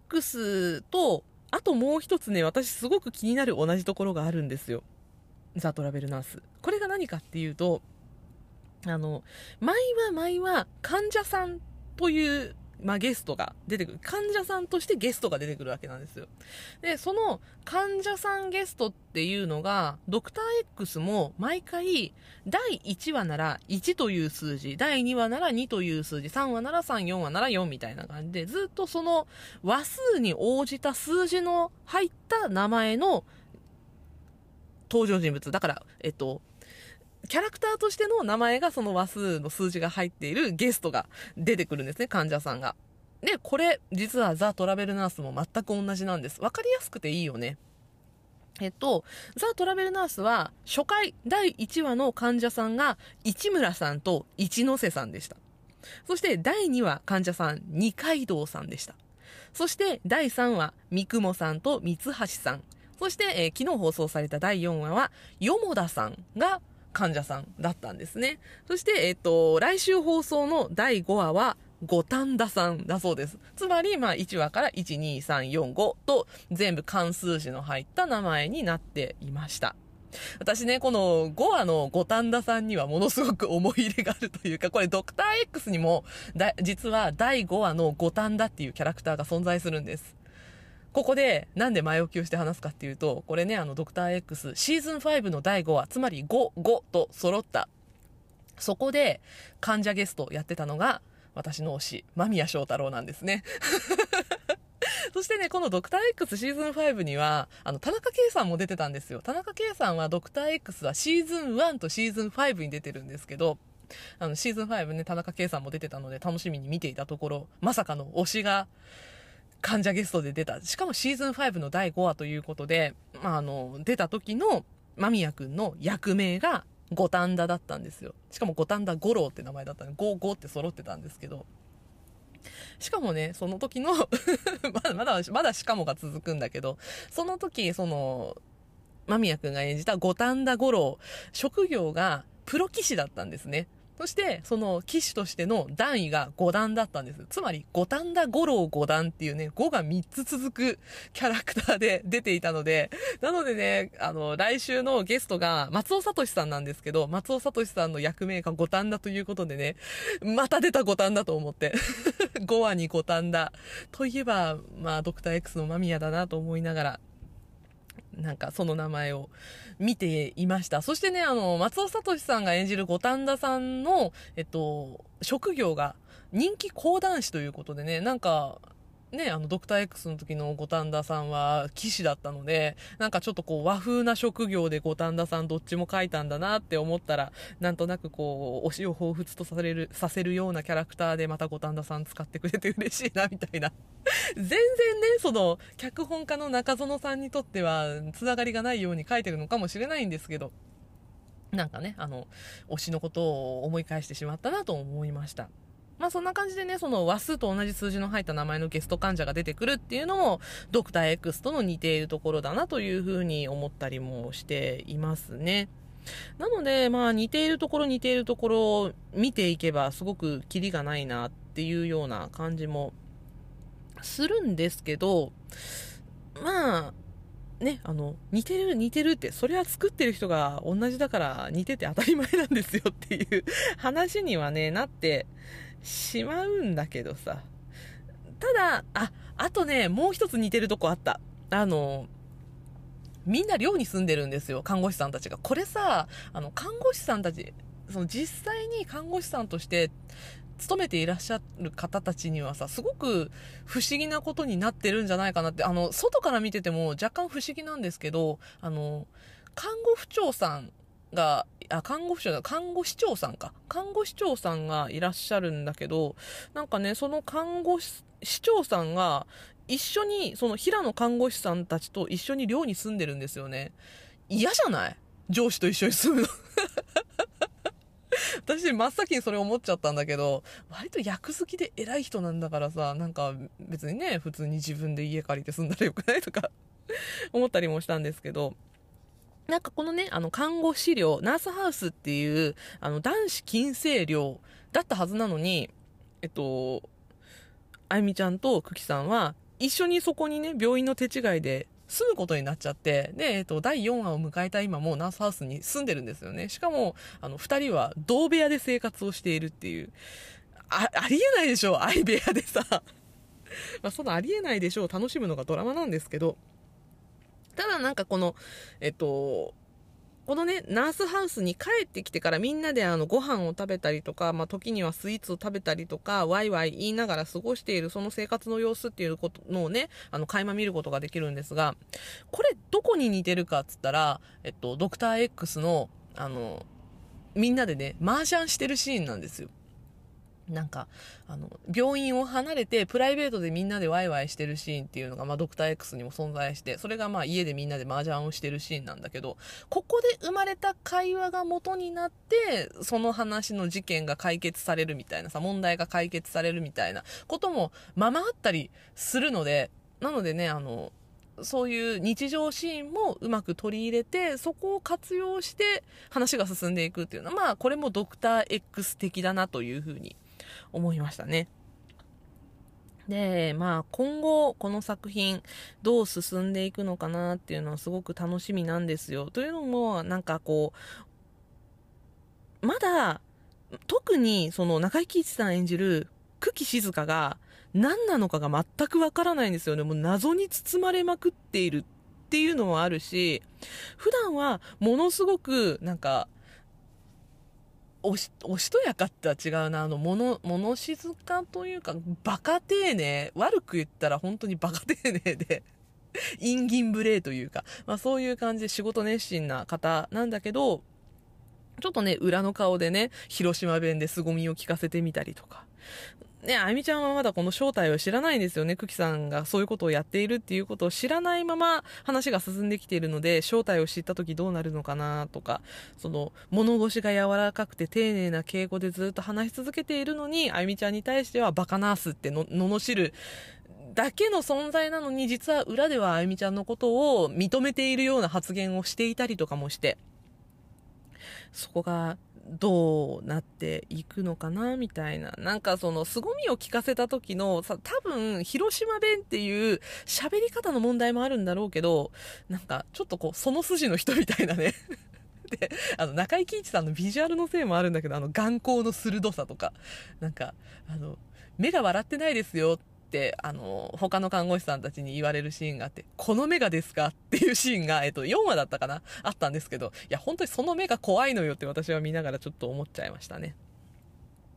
Speaker 1: X と、あともう一つね、私すごく気になる同じところがあるんですよ。ザ・トラベルナース。これが何かっていうと、あの、毎は毎は患者さんという、まあ、ゲストが出てくる。患者さんとしてゲストが出てくるわけなんですよ。で、その患者さんゲストっていうのが、ドクター X も毎回、だいいちわならいちという数字、だいにわならにという数字、さんわならさん、よんわならよんみたいな感じで、ずっとその話数に応じた数字の入った名前の登場人物。だから、えっと、キャラクターとしての名前がその話数の数字が入っているゲストが出てくるんですね、患者さんが。で、これ、実はザ・トラベルナースも全く同じなんです。わかりやすくていいよね。えっと、ザ・トラベルナースは初回だいいちわの患者さんが市村さんと一ノ瀬さんでした。そしてだいにわ患者さん二階堂さんでした。そしてだいさんわ三雲さんと三橋さん。そして、えー、昨日放送されただいよんわはよ田さんが患者さんだったんですね。そして、えっと、来週放送のだいごわは、五反田さんだそうです。つまり、まあ、いちわからいち、に、さん、よん、ごと全部漢数字の入った名前になっていました。私ね、このごわの五反田さんにはものすごく思い入れがあるというか、これドクター X にもだ、実はだいごわの五反田っていうキャラクターが存在するんです。ここでなんで前置きをして話すかっていうと、これね、あのドクター X シーズンごのだいごわ、つまりご、ごと揃った。そこで患者ゲストをやってたのが私の推し、間宮祥太朗なんですね。そしてね、このドクター X シーズンごには、あの、田中圭さんも出てたんですよ。田中圭さんはドクター X はシーズンワンとシーズンごに出てるんですけど、あの、シーズンごね、田中圭さんも出てたので楽しみに見ていたところ、まさかの推しが、患者ゲストで出た。しかもシーズンごのだいごわということで、まあ、あの、出た時の間宮くんの役名が五反田だったんですよ。しかも五反田五郎って名前だったんで、五、五って揃ってたんですけど。しかもね、その時のまだまだ、まだしかもが続くんだけど、その時、その、間宮くんが演じた五反田五郎、職業がプロ棋士だったんですね。そして、その騎士としての段位がご段だったんです。つまり、五反田五郎五段っていうね、ごがみっつ続くキャラクターで出ていたので、なのでね、あの、来週のゲストが松尾聡さんなんですけど、松尾聡さんの役名が五反田ということでね、また出た五反田と思って、ごわに五反田。といえば、まあ、ドクター X の間宮だなと思いながら、なんかその名前を見ていました。そしてね、あの、松尾聡さんが演じる五反田さんの、えっと、職業が人気講談師ということでね、なんか、 ね、あのドクター X の時の五反田さんは騎士だったので、なんかちょっとこう和風な職業で五反田さんどっちも書いたんだなって思ったら、なんとなくこう推しを彷彿とさせるさせるようなキャラクターでまた五反田さん使ってくれて嬉しいなみたいな全然ね、その脚本家の中園さんにとってはつながりがないように書いてるのかもしれないんですけど、なんかね、あの推しのことを思い返してしまったなと思いました。まあそんな感じでね、その話数と同じ数字の入った名前のゲスト患者が出てくるっていうのもドクター X との似ているところだなというふうに思ったりもしていますね。なのでまあ似ているところ似ているところを見ていけばすごくキリがないなっていうような感じもするんですけど、まあね、あの似てる似てるってそれは作ってる人が同じだから似てて当たり前なんですよっていう話にはねなってしまうんだけどさ、ただああとねもう一つ似てるとこあった。あのみんな寮に住んでるんですよ、看護師さんたちが。これさ、あの看護師さんたち、その実際に看護師さんとして勤めていらっしゃる方たちにはさ、すごく不思議なことになってるんじゃないかなって、あの外から見てても若干不思議なんですけど、あの看護婦長さんがあ看護婦長看護師長さんか看護師長さんがいらっしゃるんだけど、なんかねその看護師長さんが一緒にその平野看護師さんたちと一緒に寮に住んでるんですよね。嫌じゃない？上司と一緒に住むの私真っ先にそれ思っちゃったんだけど、割と役好きで偉い人なんだからさ、なんか別にね普通に自分で家借りて住んだらよくないとか思ったりもしたんですけど、なんかこのねあの看護師寮ナースハウスっていうあの男子禁制寮だったはずなのに、えっとあゆみちゃんと久喜さんは一緒にそこにね病院の手違いで住むことになっちゃって、で、えっと、だいよんわを迎えた今もナースハウスに住んでるんですよね。しかもあのふたりは同部屋で生活をしているっていう、 あ, ありえないでしょ相部屋でさまあそのありえないでしょう楽しむのがドラマなんですけど、ただなんかこのえっとこのねナースハウスに帰ってきてからみんなであのご飯を食べたりとか、まあ、時にはスイーツを食べたりとかワイワイ言いながら過ごしているその生活の様子っていうことのをねあの垣間見ることができるんですが、これどこに似てるかっつったら、えっと、ドクター X のあのみんなでね麻雀してるシーンなんですよ。なんかあの病院を離れてプライベートでみんなでワイワイしてるシーンっていうのが、まあ、ドクター X にも存在して、それがまあ家でみんなで麻雀をしてるシーンなんだけど、ここで生まれた会話が元になってその話の事件が解決されるみたいなさ、問題が解決されるみたいなこともままあったりするので、なのでねあのそういう日常シーンもうまく取り入れてそこを活用して話が進んでいくっていうのは、まあこれもドクター X 的だなというふうに思いましたね。で、まあ今後この作品どう進んでいくのかなっていうのはすごく楽しみなんですよ。というのもなんかこうまだ特にその中井貴一さん演じる久喜静香が何なのかが全くわからないんですよね。もう謎に包まれまくっているっていうのもあるし、普段はものすごくなんかおし、おしとやかっては違うな、あの、もの、物静かというか、バカ丁寧、悪く言ったら本当にバカ丁寧で、陰銀無礼というか、まあそういう感じで仕事熱心な方なんだけど、ちょっとね、裏の顔でね、広島弁で凄みを聞かせてみたりとか。ね、あゆみちゃんはまだこの正体を知らないんですよね。久喜さんがそういうことをやっているっていうことを知らないまま話が進んできているので、正体を知った時どうなるのかなとか、その物腰が柔らかくて丁寧な敬語でずっと話し続けているのに、あゆみちゃんに対してはバカナースっての罵るだけの存在なのに、実は裏ではあゆみちゃんのことを認めているような発言をしていたりとかもして、そこがどうなっていくのかなみたいな、なんかその凄みを聞かせた時のさ、多分広島弁っていう喋り方の問題もあるんだろうけど、なんかちょっとこうその筋の人みたいなねで、あの中井貴一さんのビジュアルのせいもあるんだけど、あの眼光の鋭さとか、なんかあの目が笑ってないですよってあの他の看護師さんたちに言われるシーンがあって、この目がですかっていうシーンが、えっと、よんわだったかなあったんですけど、いや本当にその目が怖いのよって私は見ながらちょっと思っちゃいましたね。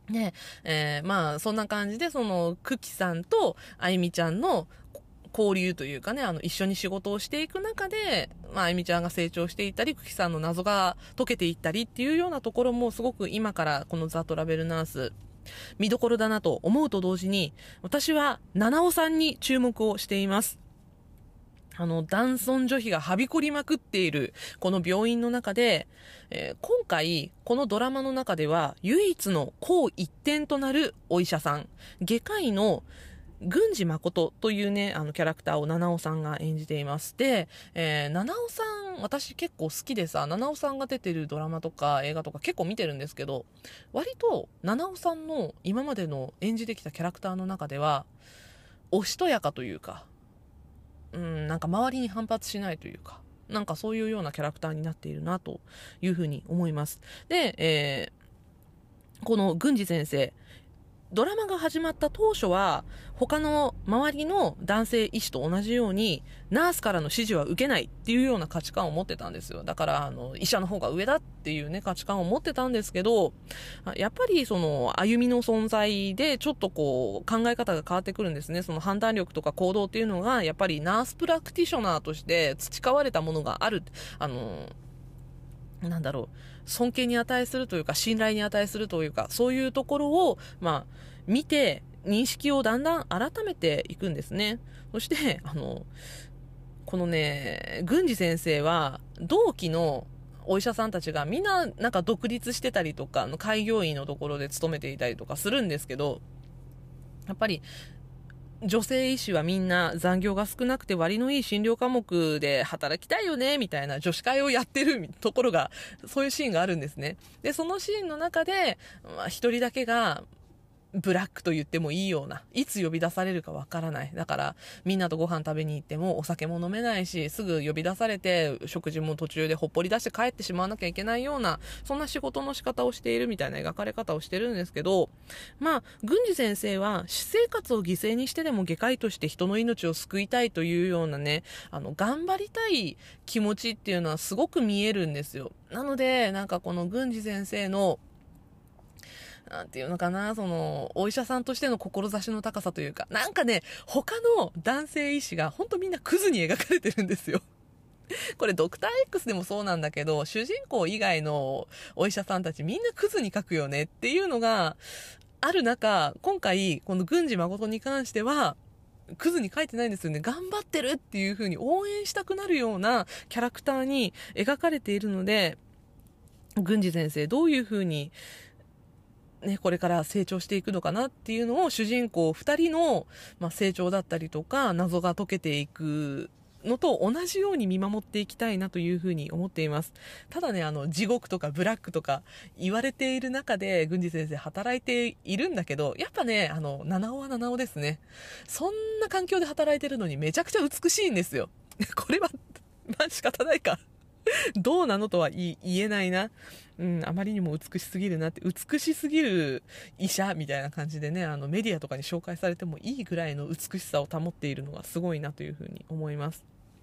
Speaker 1: で、えー、まあそんな感じで、その久喜さんとあゆみちゃんの交流というかね、あの一緒に仕事をしていく中で、まあ、あゆみちゃんが成長していったり、久喜さんの謎が解けていったりっていうようなところもすごく今からこのザ・トラベルナース見どころだなと思うと同時に、私は七尾さんに注目をしています。あの男尊女卑がはびこりまくっているこの病院の中で、えー、今回このドラマの中では唯一の紅一点となるお医者さん、外科医の郡司誠というね、あのキャラクターを七尾さんが演じています。で、えー、七尾さん、私結構好きでさ、七尾さんが出てるドラマとか映画とか結構見てるんですけど、割と七尾さんの今までの演じてきたキャラクターの中ではおしとやかというか、うん、なんか周りに反発しないというか、なんかそういうようなキャラクターになっているなというふうに思います。で、えー、この郡司先生、ドラマが始まった当初は他の周りの男性医師と同じようにナースからの指示は受けないっていうような価値観を持ってたんですよ。だからあの医者の方が上だっていうね価値観を持ってたんですけど、やっぱりその歩みの存在でちょっとこう考え方が変わってくるんですね。その判断力とか行動っていうのがやっぱりナースプラクティショナーとして培われたものがある、あのなんだろう、尊敬に値するというか信頼に値するというか、そういうところをまあ見て認識をだんだん改めていくんですね。そしてあのこのね郡司先生は同期のお医者さんたちがみんななんか独立してたりとか、開業医のところで勤めていたりとかするんですけど、やっぱり女性医師はみんな残業が少なくて割のいい診療科目で働きたいよねみたいな女子会をやってるところが、そういうシーンがあるんですね。でそのシーンの中で、まあ、一人だけがブラックと言ってもいいような、いつ呼び出されるかわからない、だからみんなとご飯食べに行ってもお酒も飲めないし、すぐ呼び出されて食事も途中でほっぽり出して帰ってしまわなきゃいけないような、そんな仕事の仕方をしているみたいな描かれ方をしてるんですけど、まあ郡司先生は私生活を犠牲にしてでも外科医として人の命を救いたいというようなね、あの頑張りたい気持ちっていうのはすごく見えるんですよ。なのでなんかこの郡司先生のなんていうのかな、そのお医者さんとしての志の高さというか、なんかね他の男性医師が本当みんなクズに描かれてるんですよ。これドクター X でもそうなんだけど、主人公以外のお医者さんたちみんなクズに書くよねっていうのがある中、今回この郡司誠に関してはクズに書いてないんですよね。頑張ってるっていう風に応援したくなるようなキャラクターに描かれているので、郡司先生どういう風にね、これから成長していくのかなっていうのを主人公ふたりの、まあ、成長だったりとか謎が解けていくのと同じように見守っていきたいなというふうに思っています。ただね、あの地獄とかブラックとか言われている中で郡司先生働いているんだけど、やっぱね、あの七尾は七尾ですね。そんな環境で働いてるのにめちゃくちゃ美しいんですよ。これはまあ仕方ないかどうなのとは言えないな、うん、あまりにも美しすぎるなって、美しすぎる医者みたいな感じでね、あのメディアとかに紹介されてもいいぐらいの美しさを保っているのがすごいなというふうに思います。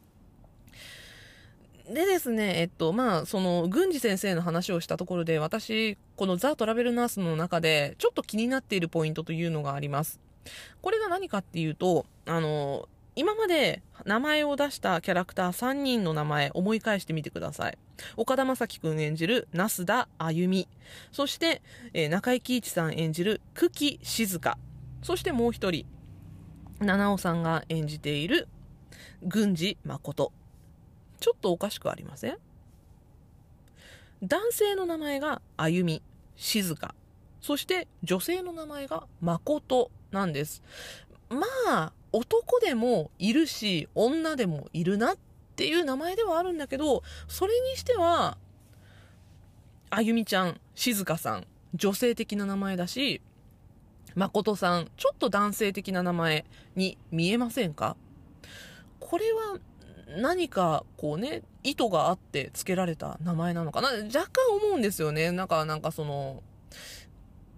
Speaker 1: でですね、えっとまあその郡司先生の話をしたところで、私このザ・トラベルナースの中でちょっと気になっているポイントというのがあります。これが何かっていうと、あの今まで名前を出したキャラクターさんにんの名前思い返してみてください。岡田将生くん演じる那須田あゆみ、そして、えー、中井貴一さん演じる久喜静香、そしてもう一人七尾さんが演じている郡司誠。ちょっとおかしくありません？男性の名前があゆみ、静香、そして女性の名前が誠なんです。まあ男でもいるし女でもいるなっていう名前ではあるんだけど、それにしてはあゆみちゃん、静香さん女性的な名前だし、誠さんちょっと男性的な名前に見えませんか？これは何かこうね意図があって付けられた名前なのかな、若干思うんですよね。なんかなんかその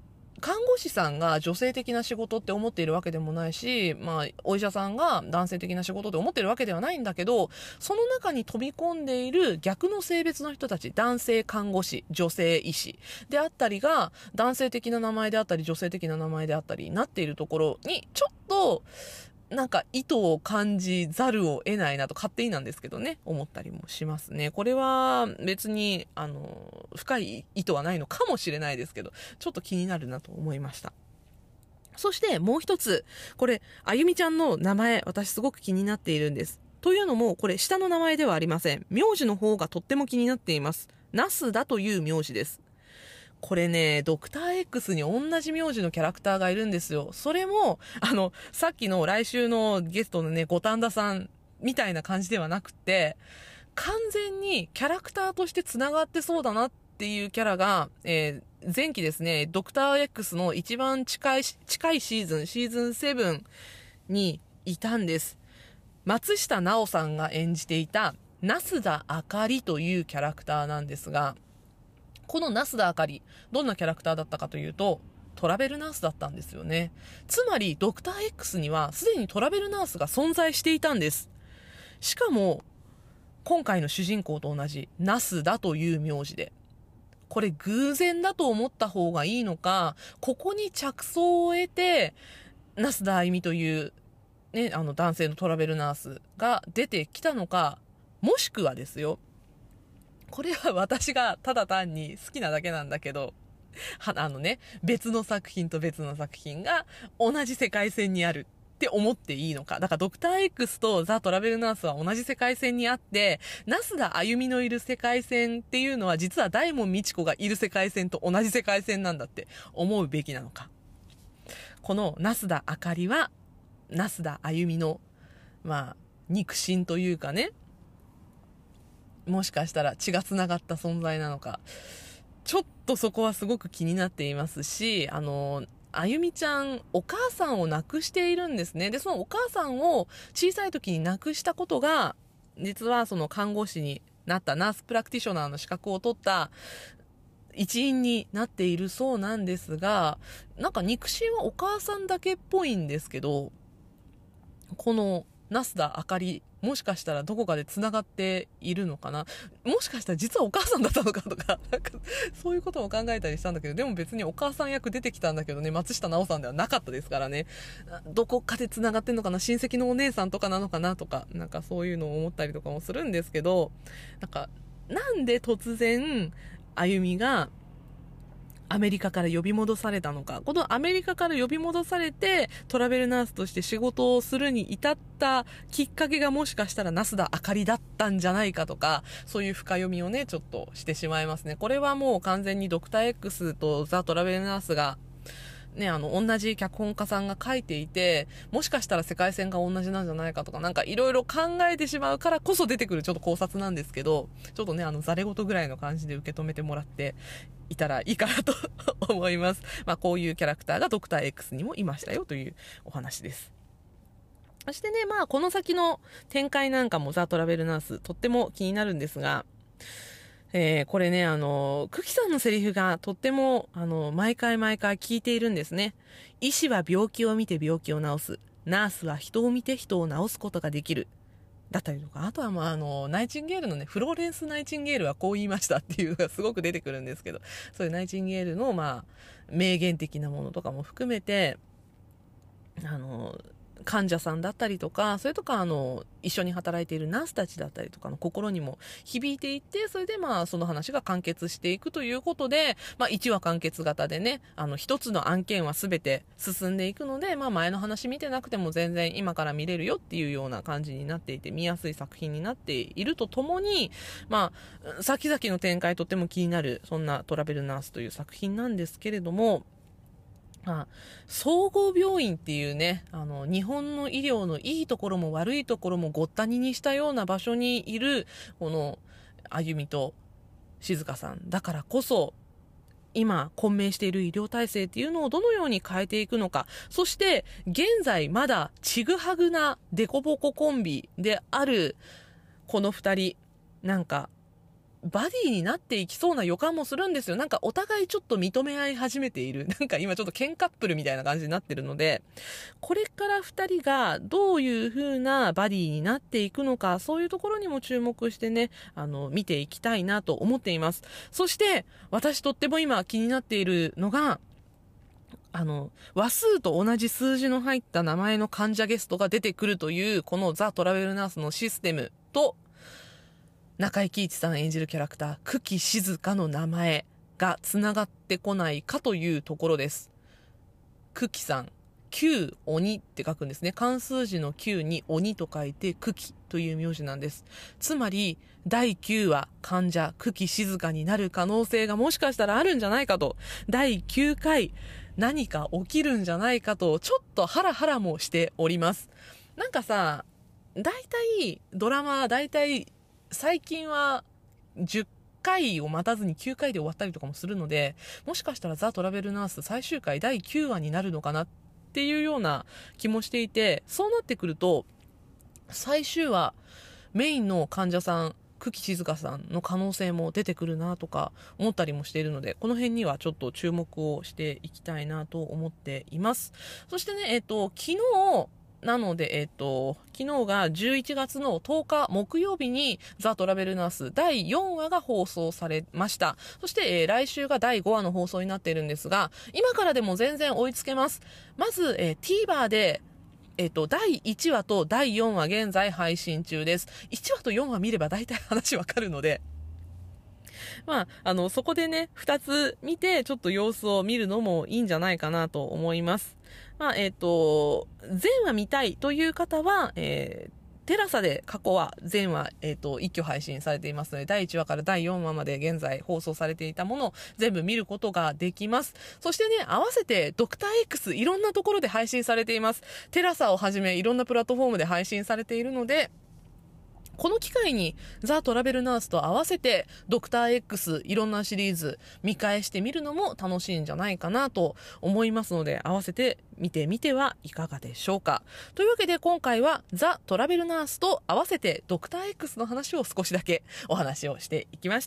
Speaker 1: 看護師さんが女性的な仕事って思っているわけでもないし、まあ、お医者さんが男性的な仕事って思っているわけではないんだけど、その中に飛び込んでいる逆の性別の人たち、男性看護師、女性医師であったりが、男性的な名前であったり女性的な名前であったりなっているところにちょっとなんか意図を感じざるを得ないなと勝手になんですけどね、思ったりもしますね。これは別にあの深い意図はないのかもしれないですけど、ちょっと気になるなと思いました。そしてもう一つ、これあゆみちゃんの名前、私すごく気になっているんです。というのもこれ下の名前ではありません。名字の方がとっても気になっています。ナスダという名字です。これね、ドクター X に同じ名字のキャラクターがいるんですよ。それも、あの、さっきの来週のゲストのね、五反田さんみたいな感じではなくて、完全にキャラクターとして繋がってそうだなっていうキャラが、えー、前期ですね、ドクター X の一番近い、近いシーズン、シーズンセブンにいたんです。松下奈緒さんが演じていた、那須田あかりというキャラクターなんですが、この那須田あかり、どんなキャラクターだったかというと、トラベルナースだったんですよね。つまり、ドクター X にはすでにトラベルナースが存在していたんです。しかも、今回の主人公と同じ、那須田という名字で。これ偶然だと思った方がいいのか、ここに着想を得て、那須田あゆみという、ね、あの男性のトラベルナースが出てきたのか、もしくはですよ、これは私がただ単に好きなだけなんだけど、あのね、別の作品と別の作品が同じ世界線にあるって思っていいのか。だからドクター X とザ・トラベルナースは同じ世界線にあって、那須田あゆみのいる世界線っていうのは実は大門未知子がいる世界線と同じ世界線なんだって思うべきなのか。この那須田あかりは、那須田あゆみの、まあ、肉親というかね、もしかしたら血がつながった存在なのか、ちょっとそこはすごく気になっていますし、あのあゆみちゃんお母さんを亡くしているんですね。でそのお母さんを小さい時に亡くしたことが、実はその看護師になったナースプラクティショナーの資格を取った一因になっているそうなんですが、なんか肉親はお母さんだけっぽいんですけど、この那須田あかり、もしかしたらどこかで繋がっているのかな、もしかしたら実はお母さんだったのかとか、なんかそういうことも考えたりしたんだけど、でも別にお母さん役出てきたんだけどね、松下奈緒さんではなかったですからね、どこかで繋がってんのかな、親戚のお姉さんとかなのかなとか、なんかそういうのを思ったりとかもするんですけど、なんかなんで突然あゆみがアメリカから呼び戻されたのか、このアメリカから呼び戻されてトラベルナースとして仕事をするに至ったきっかけが、もしかしたら那須田あかりだったんじゃないかとか、そういう深読みをねちょっとしてしまいますね。これはもう完全にドクター X とザ・トラベルナースがね、あの同じ脚本家さんが書いていて、もしかしたら世界線が同じなんじゃないかとか、なんかいろいろ考えてしまうからこそ出てくるちょっと考察なんですけど、ちょっとねあのザレ言ぐらいの感じで受け止めてもらっていたらいいかなと思います。まあこういうキャラクターがドクター X にもいましたよというお話です。そしてね、まあこの先の展開なんかもザ・トラベルナースとっても気になるんですが、えー、これね、あの、久喜さんのセリフがとっても、あの、毎回毎回聞いているんですね。医師は病気を見て病気を治す。ナースは人を見て人を治すことができる。だったりとか、あとはまあ、あの、ナイチンゲールのね、フローレンス・ナイチンゲールはこう言いましたっていうのがすごく出てくるんですけど、そういうナイチンゲールの、まあ、名言的なものとかも含めて、あの、患者さんだったりとか、それとかあの一緒に働いているナースたちだったりとかの心にも響いていって、それでまあその話が完結していくということで、まあいちわ完結型でね、あの一つの案件は全て進んでいくので、まあ前の話見てなくても全然今から見れるよっていうような感じになっていて、見やすい作品になっているとともに、まあ先々の展開とっても気になる、そんなトラベルナースという作品なんですけれども、あ、総合病院っていうね、あの日本の医療のいいところも悪いところもごったににしたような場所にいるこのあゆみと静香さんだからこそ、今混迷している医療体制っていうのをどのように変えていくのか、そして現在まだちぐはぐなデコボココンビであるこのふたり、なんかバディになっていきそうな予感もするんですよ。なんかお互いちょっと認め合い始めている。なんか今ちょっと喧カップルみたいな感じになってるので、これから二人がどういう風なバディになっていくのか、そういうところにも注目してね、あの、見ていきたいなと思っています。そして、私とっても今気になっているのが、あの、話数と同じ数字の入った名前の患者ゲストが出てくるという、このザ・トラベルナースのシステムと、中井貴一さん演じるキャラクター、久喜静香の名前がつながってこないかというところです。久喜さん、旧鬼って書くんですね。漢数字の旧に鬼と書いて久喜という名字なんです。つまり、だいきゅうわ患者久喜静香になる可能性がもしかしたらあるんじゃないかと、だいきゅうかい何か起きるんじゃないかと、ちょっとハラハラもしております。なんかさ、だいたいドラマ、だいたい最近はじゅっかいを待たずにきゅうかいで終わったりとかもするので、もしかしたらザ・トラベルナース最終回だいきゅうわになるのかなっていうような気もしていて、そうなってくると最終話メインの患者さん久喜静香さんの可能性も出てくるなとか思ったりもしているので、この辺にはちょっと注目をしていきたいなと思っています。そしてね、えっと昨日なので、えっと、昨日がじゅういちがつのとおか木曜日にザ・トラベルナースだいよんわが放送されました。そして、えー、来週がだいごわの放送になっているんですが、今からでも全然追いつけます。まず、えー、TVer でえっと、だいいちわとだいよんわ現在配信中です。いちわとよんわ見れば大体話わかるので、まあ、あの、そこでね、ふたつ見て、ちょっと様子を見るのもいいんじゃないかなと思います。まあ、えっと、全話見たいという方は、えー、テラサで過去は全話、えっと、一挙配信されていますので、だいいちわからだいよんわまで現在放送されていたものを全部見ることができます。そしてね、合わせてドクター X いろんなところで配信されています。テラサをはじめいろんなプラットフォームで配信されているので、この機会にザ・トラベルナースと合わせてドクター X いろんなシリーズ見返してみるのも楽しいんじゃないかなと思いますので、合わせて見てみてはいかがでしょうか。というわけで今回はザ・トラベルナースと合わせてドクター X の話を少しだけお話をしていきました。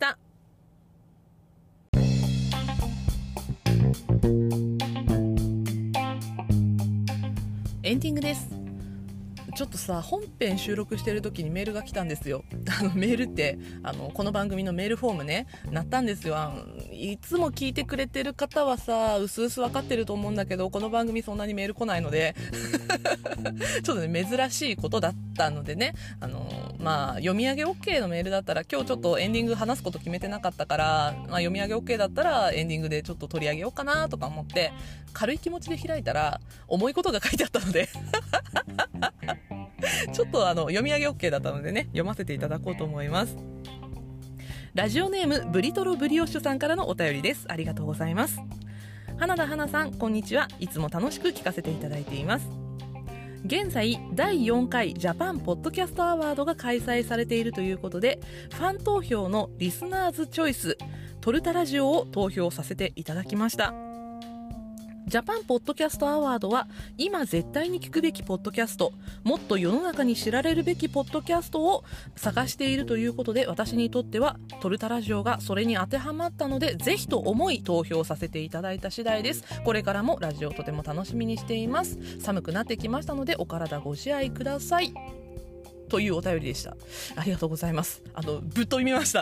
Speaker 1: エンディングです。ちょっとさ、本編収録してる時にメールが来たんですよ。あのメールってあのこの番組のメールフォームね、なったんですよ。いつも聞いてくれてる方はさ、うすうす分かってると思うんだけど、この番組そんなにメール来ないのでちょっとね、珍しいことだったのでね、あのまあ読み上げ OK のメールだったら、今日ちょっとエンディング話すこと決めてなかったから、まあ、読み上げ OK だったらエンディングでちょっと取り上げようかなとか思って軽い気持ちで開いたら、重いことが書いてあったのでちょっとあの読み上げ OK だったのでね、読ませていただこうと思います。ラジオネームブリトロブリオッシュさんからのお便りです。ありがとうございます。花田花さん、こんにちは。いつも楽しく聞かせていただいています。現在だいよんかいジャパンポッドキャストアワードが開催されているということで、ファン投票のリスナーズチョイストルタラジオを投票させていただきました。ジャパンポッドキャストアワードは、今絶対に聞くべきポッドキャスト、もっと世の中に知られるべきポッドキャストを探しているということで、私にとってはトルタラジオがそれに当てはまったので、ぜひと思い投票させていただいた次第です。これからもラジオとても楽しみにしています。寒くなってきましたのでお体ご自愛ください、というお便りでした。ありがとうございます。あのぶっ飛びました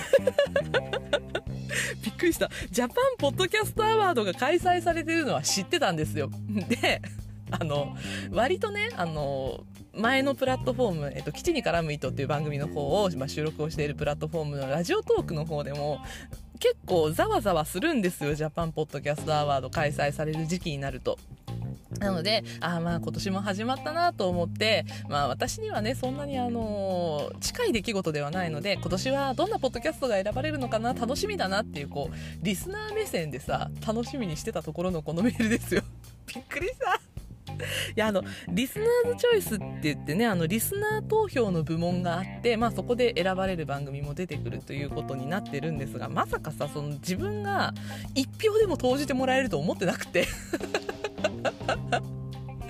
Speaker 1: びっくりした。ジャパンポッドキャストアワードが開催されているのは知ってたんですよ。で、あの割とね、あの前のプラットフォーム、えっと、基地に絡む糸っていう番組の方を、まあ、収録をしているプラットフォームのラジオトークの方でも結構ざわざわするんですよ。ジャパンポッドキャストアワード開催される時期になると。なので、あまあ今年も始まったなと思って、まあ私にはね、そんなにあのー、近い出来事ではないので、今年はどんなポッドキャストが選ばれるのかな、楽しみだなっていう、こうリスナー目線でさ、楽しみにしてたところのこのメールですよ。びっくりした。いや、あのリスナーズチョイスって言ってね、あのリスナー投票の部門があって、まあ、そこで選ばれる番組も出てくるということになってるんですが、まさかさ、その自分が一票でも投じてもらえると思ってなくて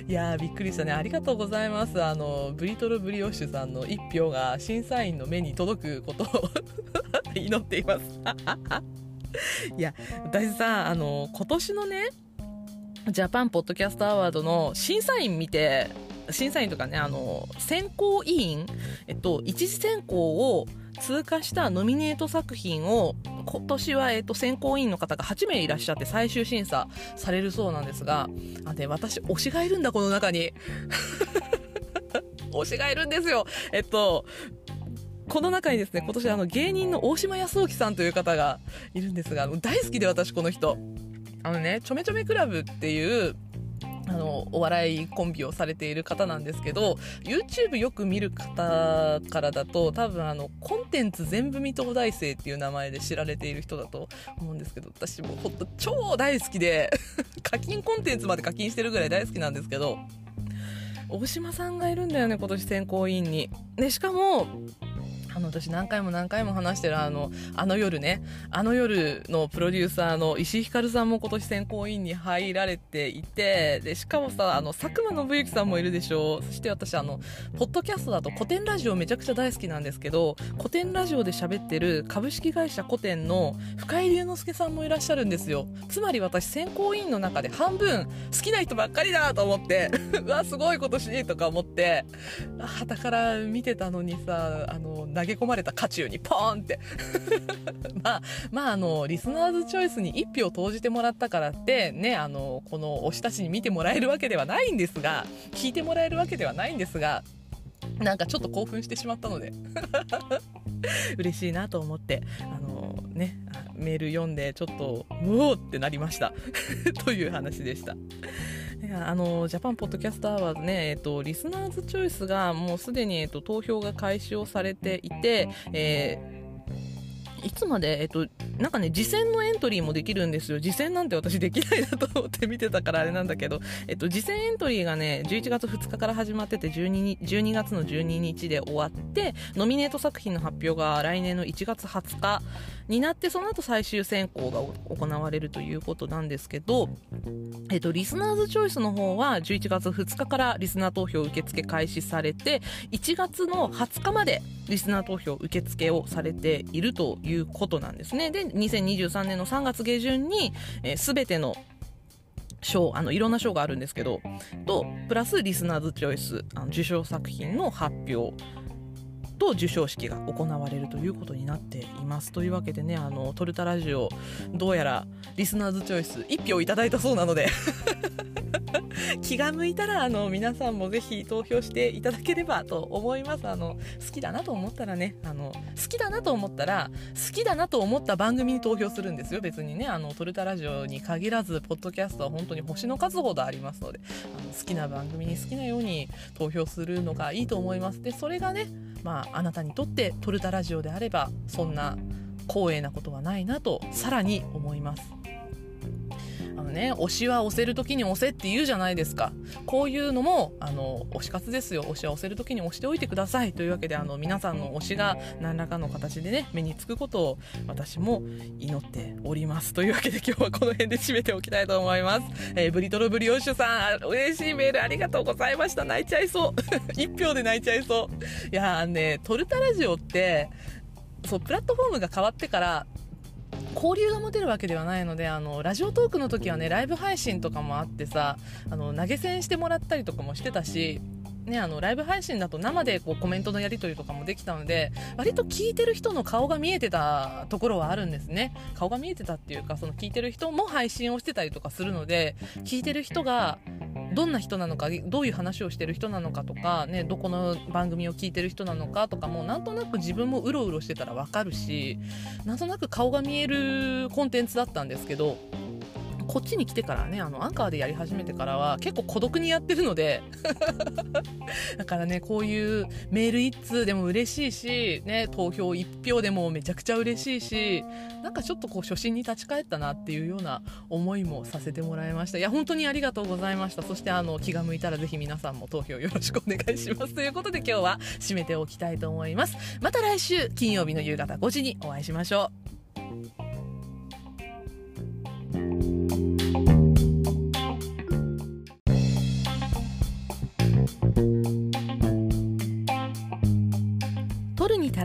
Speaker 1: いやーびっくりしたね。ありがとうございます。あのブリトルブリオッシュさんの一票が審査員の目に届くことを祈っていますいや私さ、あの今年のねジャパンポッドキャストアワードの審査員見て、審査員とかね、あの選考委員、えっと一次選考を通過したノミネート作品を今年は、えっと、選考委員の方がはちめいいらっしゃって最終審査されるそうなんですが、あ、で私推しがいるんだこの中に推しがいるんですよ。えっとこの中にですね、今年あの芸人の大島康之さんという方がいるんですが、大好きで私この人、あのね、ちょめちょめクラブっていうあのお笑いコンビをされている方なんですけど、 YouTube よく見る方からだと多分あのコンテンツ全部見東大生っていう名前で知られている人だと思うんですけど、私もほんと超大好きで課金コンテンツまで課金してるぐらい大好きなんですけど、大島さんがいるんだよね今年選考委員に。でしかもあの私何回も何回も話してるあのあの夜ね、あの夜のプロデューサーの石井ひかるさんも今年選考委員に入られていて、でしかもさ、あの佐久間信之さんもいるでしょ。そして私あのポッドキャストだと古典ラジオめちゃくちゃ大好きなんですけど、古典ラジオで喋ってる株式会社古典の深井龍之介さんもいらっしゃるんですよ。つまり私選考委員の中で半分好きな人ばっかりだと思ってうわすごい今年とか思って傍から見てたのにさ、あの投げ込まれた渦中にポーンってまあまああのリスナーズチョイスに一票投じてもらったからってね、あのこの推したちに見てもらえるわけではないんですが、聞いてもらえるわけではないんですが、なんかちょっと興奮してしまったので嬉しいなと思ってあのねメール読んでちょっとうおーってなりましたという話でした。いやあのジャパンポッドキャストアワードね、えっと、リスナーズチョイスがもうすでに、えっと、投票が開始をされていて、えーいつまで、えっと、なんかね、次戦のエントリーもできるんですよ。次戦なんて私できないなと思って見てたからあれなんだけど、えっと、次戦エントリーがね、じゅういちがつふつかから始まってて、じゅうに、じゅうにがつのじゅうににちで終わって、ノミネート作品の発表が来年のいちがつはつかになって、その後最終選考が行われるということなんですけど、えっと、リスナーズチョイスの方はじゅういちがつふつかからリスナー投票受付開始されて、いちがつのはつかまでリスナー投票受付をされているということなんですね。で、にせんにじゅうさんねんのさんがつげじゅんに、えー、全ての賞、あのいろんな賞があるんですけどとプラスリスナーズチョイス、あの受賞作品の発表と授賞式が行われるということになっています。というわけでね、あのトルタラジオどうやらリスナーズチョイスいち票いただいたそうなので気が向いたらあの皆さんもぜひ投票していただければと思います。あの好きだなと思ったらね、あの好きだなと思ったら好きだなと思った番組に投票するんですよ。別にね、あのトルタラジオに限らずポッドキャストは本当に星の数ほどありますので、あの好きな番組に好きなように投票するのがいいと思います。でそれがね、まああなたにとってトルタラジオであればそんな光栄なことはないなとさらに思います。あのね、推しは押せる時に押せって言うじゃないですか。こういうのもあの推し活ですよ。推しは押せる時に押しておいてくださいというわけで、あの皆さんの推しが何らかの形でね目につくことを私も祈っております。というわけで今日はこの辺で締めておきたいと思います。えー、ブリトロブリオッシュさん、嬉しいメールありがとうございました。泣いちゃいそう一票で泣いちゃいそう。いやーね、トルタラジオってそうプラットフォームが変わってから交流が持てるわけではないので、あのラジオトークの時はねライブ配信とかもあってさ、あの投げ銭してもらったりとかもしてたし、ね、あのライブ配信だと生でこうコメントのやり取りとかもできたので、割と聞いてる人の顔が見えてたところはあるんですね。顔が見えてたっていうか、その聞いてる人も配信をしてたりとかするので、聞いてる人がどんな人なのか、どういう話をしてる人なのかとか、ね、どこの番組を聞いてる人なのかとかもなんとなく自分もうろうろしてたら分かるし、なんとなく顔が見えるコンテンツだったんですけど、こっちに来てからね、あのアンカーでやり始めてからは結構孤独にやってるのでだからね、こういうメール一通でも嬉しいし、ね、投票一票でもめちゃくちゃ嬉しいし、なんかちょっとこう初心に立ち返ったなっていうような思いもさせてもらいました。いや本当にありがとうございました。そしてあの気が向いたらぜひ皆さんも投票よろしくお願いしますということで、今日は締めておきたいと思います。また来週金曜日の夕方ごじにお会いしましょう。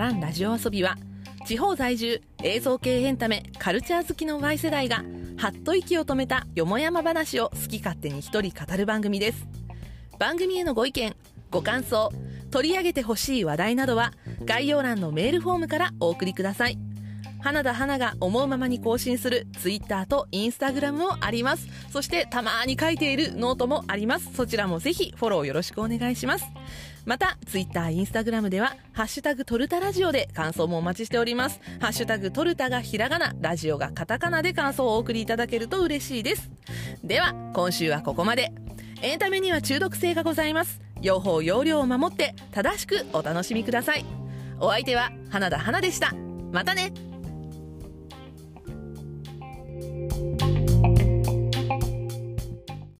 Speaker 1: らんラジオ遊びは、地方在住映像系エンタメカルチャー好きの ワイ 世代がはっと息を止めたよもやま話を好き勝手に一人語る番組です。番組へのご意見ご感想、取り上げてほしい話題などは概要欄のメールフォームからお送りください。花田花が思うままに更新するツイッターとインスタグラムもあります。そしてたまに書いているノートもあります。そちらもぜひフォローよろしくお願いします。またツイッター、インスタグラムではハッシュタグトルタラジオで感想もお待ちしております。ハッシュタグトルタがひらがな、ラジオがカタカナで感想をお送りいただけると嬉しいです。では今週はここまで。エンタメには中毒性がございます。用法用量を守って正しくお楽しみください。お相手は花田花でした。またね。